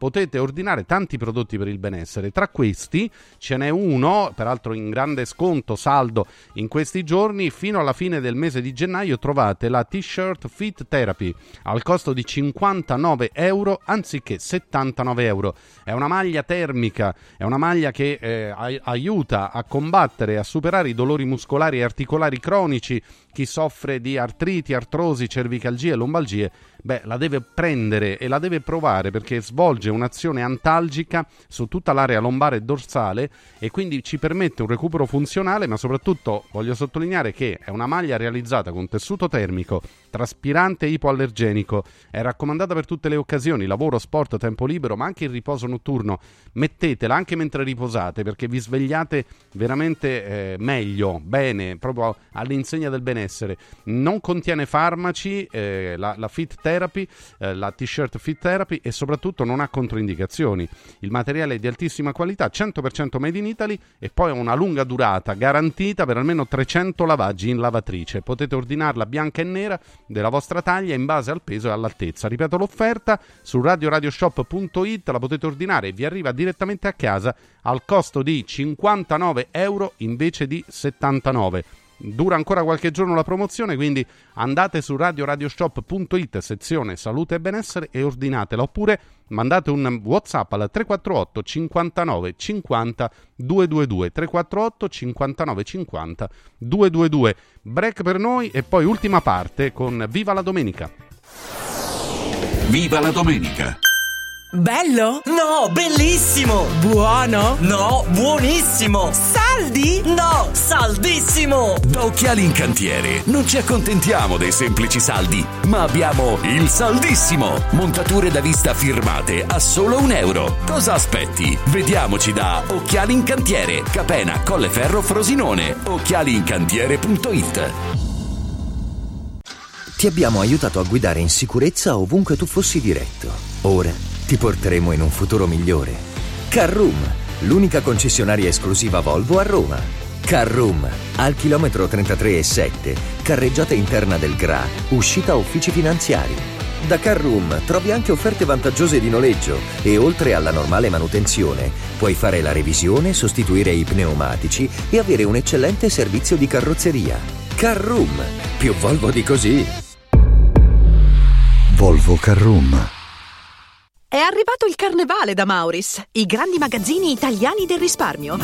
potete ordinare tanti prodotti per il benessere. Tra questi ce n'è uno, peraltro in grande sconto, saldo in questi giorni. Fino alla fine del mese di gennaio trovate la T-shirt Fit Therapy al costo di cinquantanove euro anziché settantanove euro. È una maglia termica, è una maglia che eh, aiuta a combattere e a superare i dolori muscolari e articolari cronici. Chi soffre di artriti, artrosi, cervicalgie, lombalgie, beh, la deve prendere e la deve provare, perché svolge un'azione antalgica su tutta l'area lombare e dorsale e quindi ci permette un recupero funzionale, ma soprattutto voglio sottolineare che è una maglia realizzata con tessuto termico, traspirante e ipoallergenico. È raccomandata per tutte le occasioni, lavoro, sport, tempo libero, ma anche il riposo notturno. Mettetela anche mentre riposate, perché vi svegliate veramente eh, meglio, bene, proprio all'insegna del benessere. Non contiene farmaci, eh, la, la Fit Therapy, eh, la T-shirt Fit Therapy, e soprattutto non ha controindicazioni. Il materiale è di altissima qualità, cento per cento made in Italy, e poi ha una lunga durata garantita per almeno trecento lavaggi in lavatrice. Potete ordinarla bianca e nera della vostra taglia in base al peso e all'altezza. Ripeto l'offerta, su radio radio shop punto it la potete ordinare e vi arriva direttamente a casa al costo di cinquantanove euro invece di settantanove. Dura ancora qualche giorno la promozione, quindi andate su radio radio shop punto it, sezione salute e benessere, e ordinatela, oppure mandate un WhatsApp al tre quattro otto cinquantanove cinquanta duecentoventidue, tre quattro otto cinquantanove cinquanta duecentoventidue. Break per noi e poi ultima parte con Viva la Domenica. Viva la Domenica! Bello? No, bellissimo! Buono? No, buonissimo! Saldi? No, saldissimo! Da Occhiali in Cantiere non ci accontentiamo dei semplici saldi, ma abbiamo il saldissimo! Montature da vista firmate a solo un euro. Cosa aspetti? Vediamoci da Occhiali in Cantiere, Capena, Colleferro, Frosinone. occhiali in cantiere punto it. Ti abbiamo aiutato a guidare in sicurezza ovunque tu fossi diretto. Ora ti porteremo in un futuro migliore. Carroom, l'unica concessionaria esclusiva Volvo a Roma. Carroom, al chilometro trentatré e sette, carreggiata interna del G R A, uscita uffici finanziari. Da Carroom trovi anche offerte vantaggiose di noleggio e, oltre alla normale manutenzione, puoi fare la revisione, sostituire i pneumatici e avere un eccellente servizio di carrozzeria. Carroom, più Volvo di così. Volvo Carroom. È arrivato il Carnevale da Mauris, i grandi magazzini italiani del risparmio.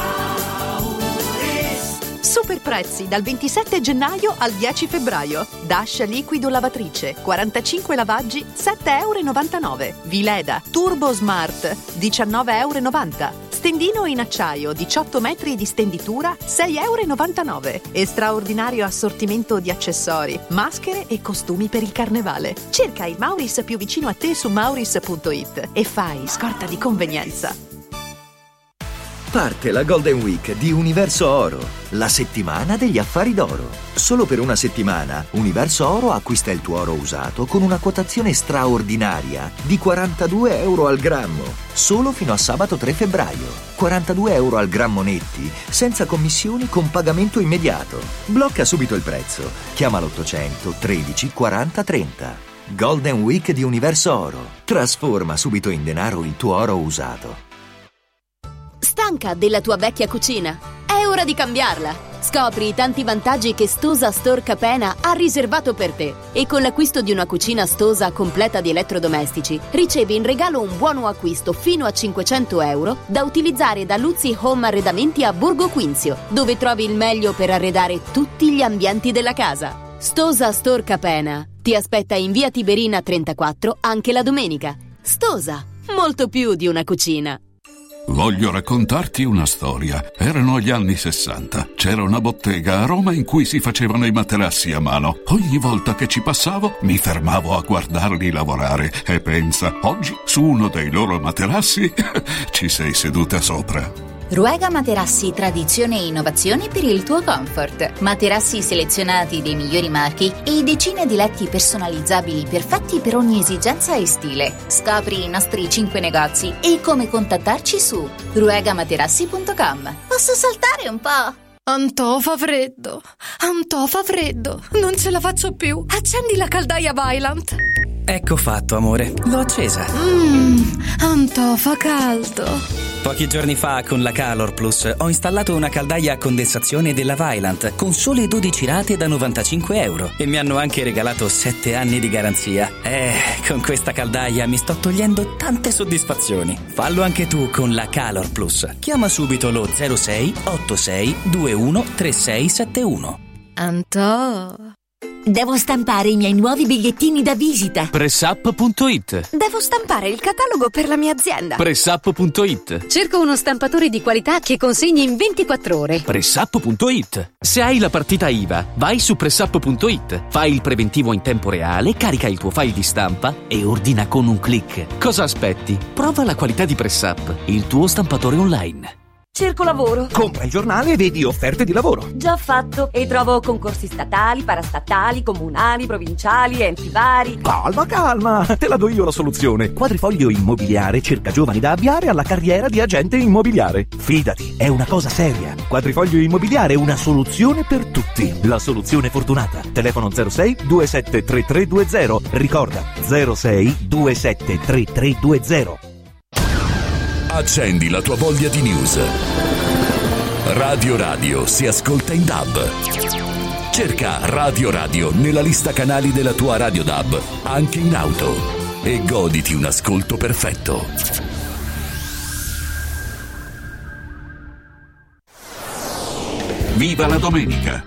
Super prezzi dal ventisette gennaio al dieci febbraio. Dash liquido lavatrice, quarantacinque lavaggi, sette euro e novantanove. Vileda Turbo Smart, diciannove euro e novanta. Stendino in acciaio, diciotto metri di stenditura, sei euro e novantanove. E straordinario assortimento di accessori, maschere e costumi per il carnevale. Cerca il Mauris più vicino a te su mauris punto it e fai scorta di convenienza. Parte la Golden Week di Universo Oro, la settimana degli affari d'oro. Solo per una settimana Universo Oro acquista il tuo oro usato con una quotazione straordinaria di quarantadue euro al grammo, solo fino a sabato tre febbraio. quarantadue euro al grammo netti, senza commissioni, con pagamento immediato. Blocca subito il prezzo. Chiama l'ottocento tredici quaranta trenta. Golden Week di Universo Oro. Trasforma subito in denaro il tuo oro usato. Stanca della tua vecchia cucina? È ora di cambiarla! Scopri i tanti vantaggi che Stosa Store Capena ha riservato per te. E con l'acquisto di una cucina Stosa completa di elettrodomestici, ricevi in regalo un buono acquisto fino a cinquecento euro da utilizzare da Luzzi Home Arredamenti a Borgo Quinzio, dove trovi il meglio per arredare tutti gli ambienti della casa. Stosa Store Capena ti aspetta in via Tiberina trentaquattro anche la domenica. Stosa, molto più di una cucina. Voglio raccontarti una storia. Erano gli anni sessanta. C'era una bottega a Roma in cui si facevano i materassi a mano. Ogni volta che ci passavo mi fermavo a guardarli lavorare e pensa, oggi su uno dei loro materassi ci sei seduta sopra. Ruega Materassi, tradizione e innovazione per il tuo comfort. Materassi selezionati dei migliori marchi e decine di letti personalizzabili perfetti per ogni esigenza e stile. Scopri i nostri cinque negozi e come contattarci su ruega materassi punto com. Posso saltare un po'? Antò fa freddo, Antò fa freddo, non ce la faccio più. Accendi la caldaia Vaillant. Ecco fatto, amore. L'ho accesa. Mmm, Anto, fa caldo. Pochi giorni fa con la Calor Plus ho installato una caldaia a condensazione della Vaillant con sole dodici rate da novantacinque euro e mi hanno anche regalato sette anni di garanzia. Eh, con questa caldaia mi sto togliendo tante soddisfazioni. Fallo anche tu con la Calor Plus. Chiama subito lo zero sei otto sei due uno tre sei sette uno. Anto. Devo stampare i miei nuovi bigliettini da visita. Pressup punto it. Devo stampare il catalogo per la mia azienda. Pressup punto it. Cerco uno stampatore di qualità che consegni in ventiquattro ore. Pressup punto it. Se hai la partita I V A, vai su Pressup punto it, fai il preventivo in tempo reale, carica il tuo file di stampa e ordina con un click. Cosa aspetti? Prova la qualità di Pressup, il tuo stampatore online. Cerco lavoro. Compra il giornale e vedi offerte di lavoro. Già fatto. E trovo concorsi statali, parastatali, comunali, provinciali, enti vari. Calma, calma. Te la do io la soluzione. Quadrifoglio Immobiliare cerca giovani da avviare alla carriera di agente immobiliare. Fidati, è una cosa seria. Quadrifoglio Immobiliare è una soluzione per tutti. La soluzione fortunata. Telefono zero sei due sette tre tre due zero. Ricorda, zero sei due sette tre tre due zero. Accendi la tua voglia di news. Radio Radio si ascolta in D A B. Cerca Radio Radio nella lista canali della tua radio D A B, anche in auto, e goditi un ascolto perfetto. Viva la domenica!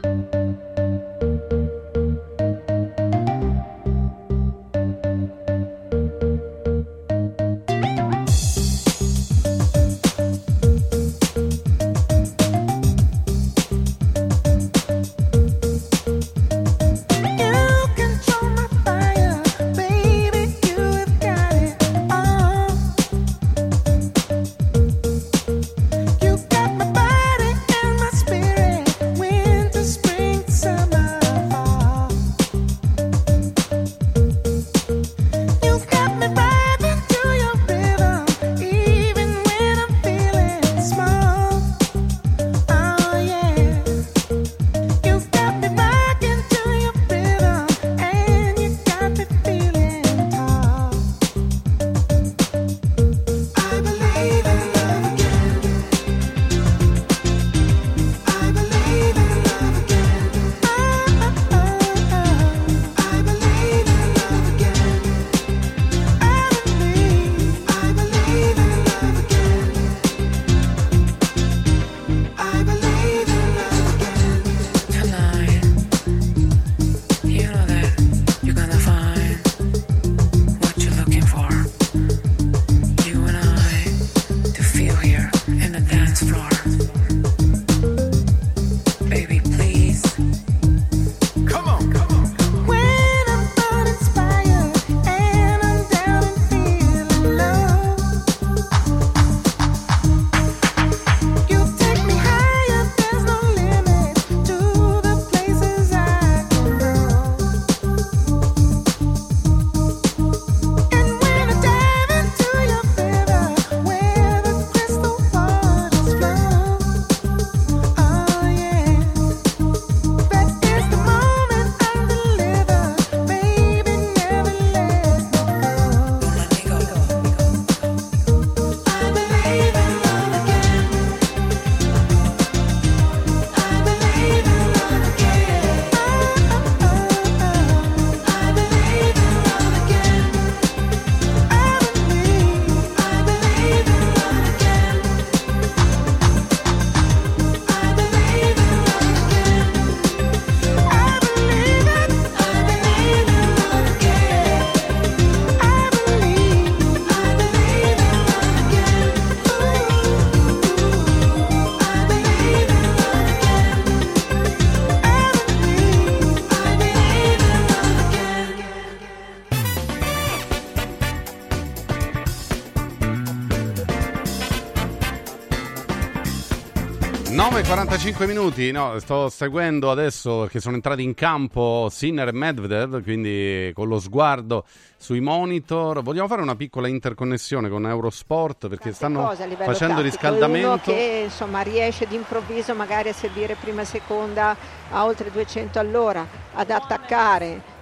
nove e quarantacinque minuti, no, sto seguendo adesso che sono entrati in campo Sinner e Medvedev, quindi con lo sguardo sui monitor. Vogliamo fare una piccola interconnessione con Eurosport perché stanno facendo tattico. riscaldamento. Uno che insomma riesce d'improvviso magari a servire prima seconda a oltre duecento all'ora, ad attaccare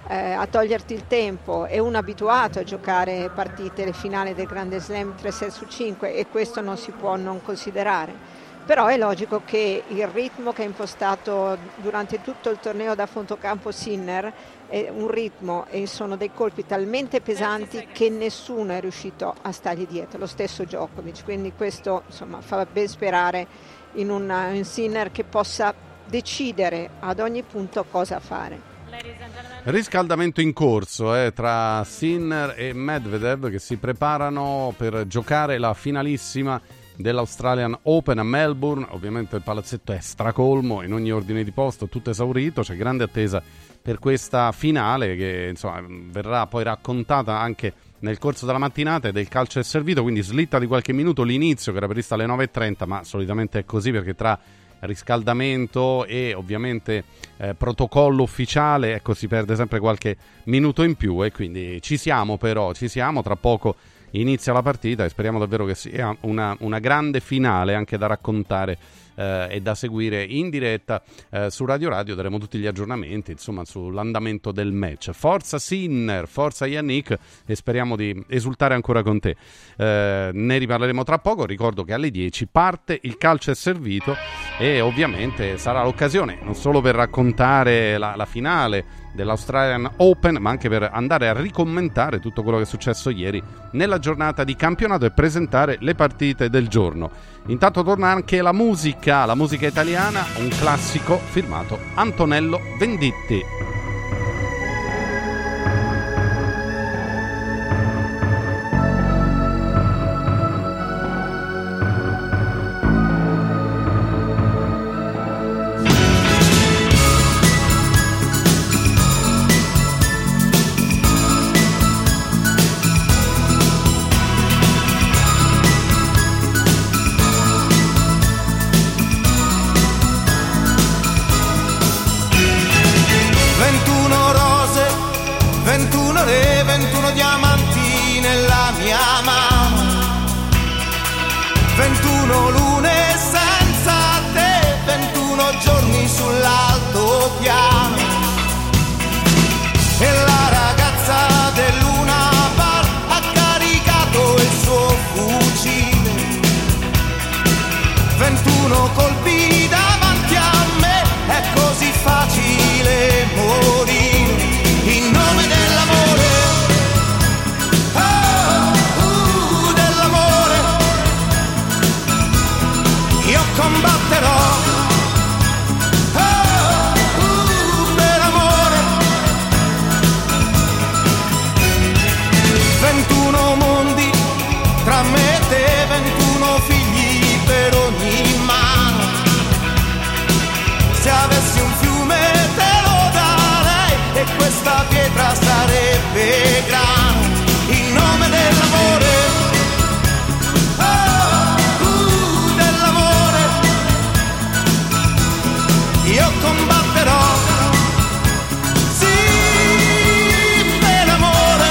eh, a toglierti il tempo e un abituato a giocare partite, le finali del Grande Slam tre sei su cinque, e questo non si può non considerare. Però è logico che il ritmo che ha impostato durante tutto il torneo da Fontocampo Sinner è un ritmo e sono dei colpi talmente pesanti che nessuno è riuscito a stargli dietro, lo stesso Djokovic, quindi questo insomma fa ben sperare in un, un Sinner che possa decidere ad ogni punto cosa fare. Riscaldamento in corso eh, tra Sinner e Medvedev che si preparano per giocare la finalissima dell'Australian Open a Melbourne. Ovviamente il palazzetto è stracolmo in ogni ordine di posto, tutto esaurito, c'è grande attesa per questa finale che insomma verrà poi raccontata anche nel corso della mattinata, e del calcio è servito, quindi slitta di qualche minuto l'inizio che era previsto alle nove e trenta, ma solitamente è così perché tra riscaldamento e ovviamente eh, protocollo ufficiale ecco si perde sempre qualche minuto in più, e quindi ci siamo però, ci siamo, tra poco inizia la partita e speriamo davvero che sia una, una grande finale anche da raccontare eh, e da seguire in diretta eh, su Radio Radio. Daremo tutti gli aggiornamenti insomma sull'andamento del match. Forza Sinner, forza Yannick, e speriamo di esultare ancora con te. Eh, ne riparleremo tra poco. Ricordo che alle dieci parte il calcio è servito e ovviamente sarà l'occasione non solo per raccontare la, la finale dell'Australian Open, ma anche per andare a ricommentare tutto quello che è successo ieri nella giornata di campionato e presentare le partite del giorno. Intanto torna anche la musica, la musica italiana, un classico firmato Antonello Venditti. ventuno lune senza te, ventuno giorni sull'altopiano. E la ragazza del Luna Park ha caricato il suo fucile. ventuno colpi davanti a me, è così facile morire in nome dell'amore. Combatterò oh, uh, per amore. ventuno mondi tra me e te, ventuno figli per ogni mano. Se avessi un fiume te lo darei e questa pietra sarebbe grano in nome dell'amore. Io combatterò, sì, per amore.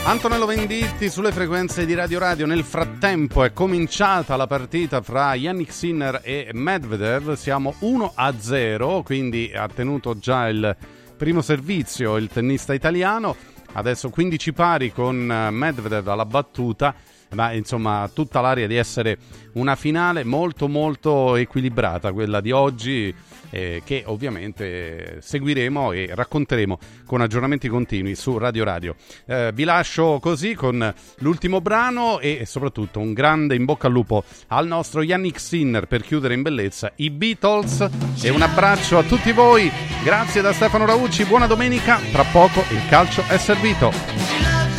Antonello Venditti sulle frequenze di Radio Radio. Nel frattempo è cominciata la partita fra Jannik Sinner e Medvedev, siamo uno a zero, quindi ha tenuto già il primo servizio il tennista italiano, adesso quindici pari con Medvedev alla battuta, ma insomma tutta l'aria di essere una finale molto molto equilibrata quella di oggi, eh, che ovviamente seguiremo e racconteremo con aggiornamenti continui su Radio Radio. Eh, vi lascio così con l'ultimo brano e soprattutto un grande in bocca al lupo al nostro Jannik Sinner per chiudere in bellezza i Beatles, e un abbraccio a tutti voi, grazie da Stefano Raucci, buona domenica, tra poco il calcio è servito.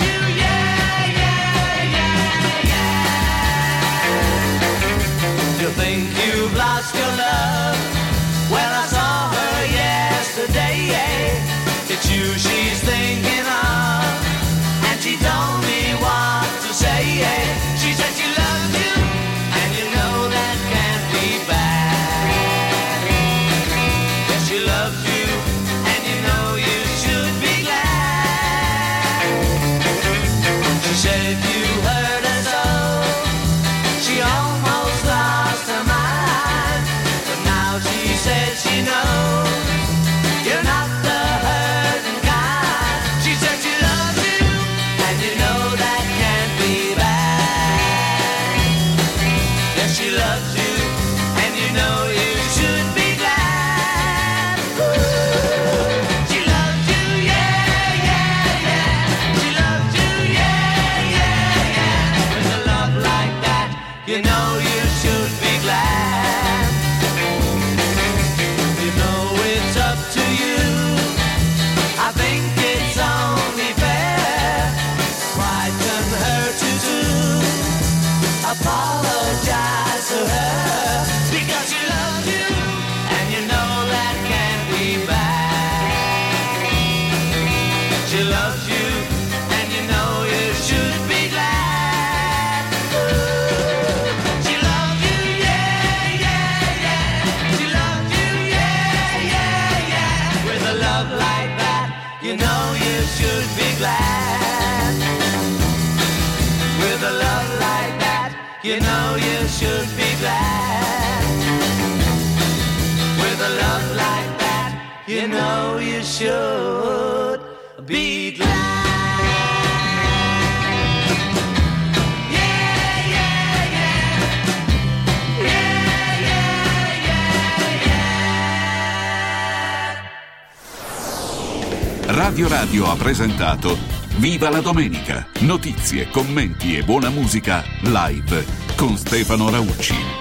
You think you've lost your love? Well, I saw her yesterday. It's you she's thinking of, and she told me what to say. She said she loves you, and you know that can't be bad. Yes, she loves you, and you know you should be glad. She said you hurt her so, she almost lost her mind, but now she says she knows you're not the hurting kind. She said she loves you, and you know that can't be bad. Yes, she loves you, and you know you should be glad. Ooh. She loves you, yeah, yeah, yeah. She loves you, yeah, yeah, yeah. With a love like that, you know you should be glad. You know it's up to you. I think it's only fair. Why turn her to do? Apologize to her because she loves you, and you know that can't be bad. She loves you, and you know you should be glad. Ooh. She loves you, yeah, yeah, yeah. She loves you, yeah, yeah, yeah. With a love like that, you know you should be glad. With a love like that, you know you should be glad. With a love like that, you know you should be glad. Radio Radio ha presentato Viva la Domenica! Notizie, commenti e buona musica live con Stefano Raucci.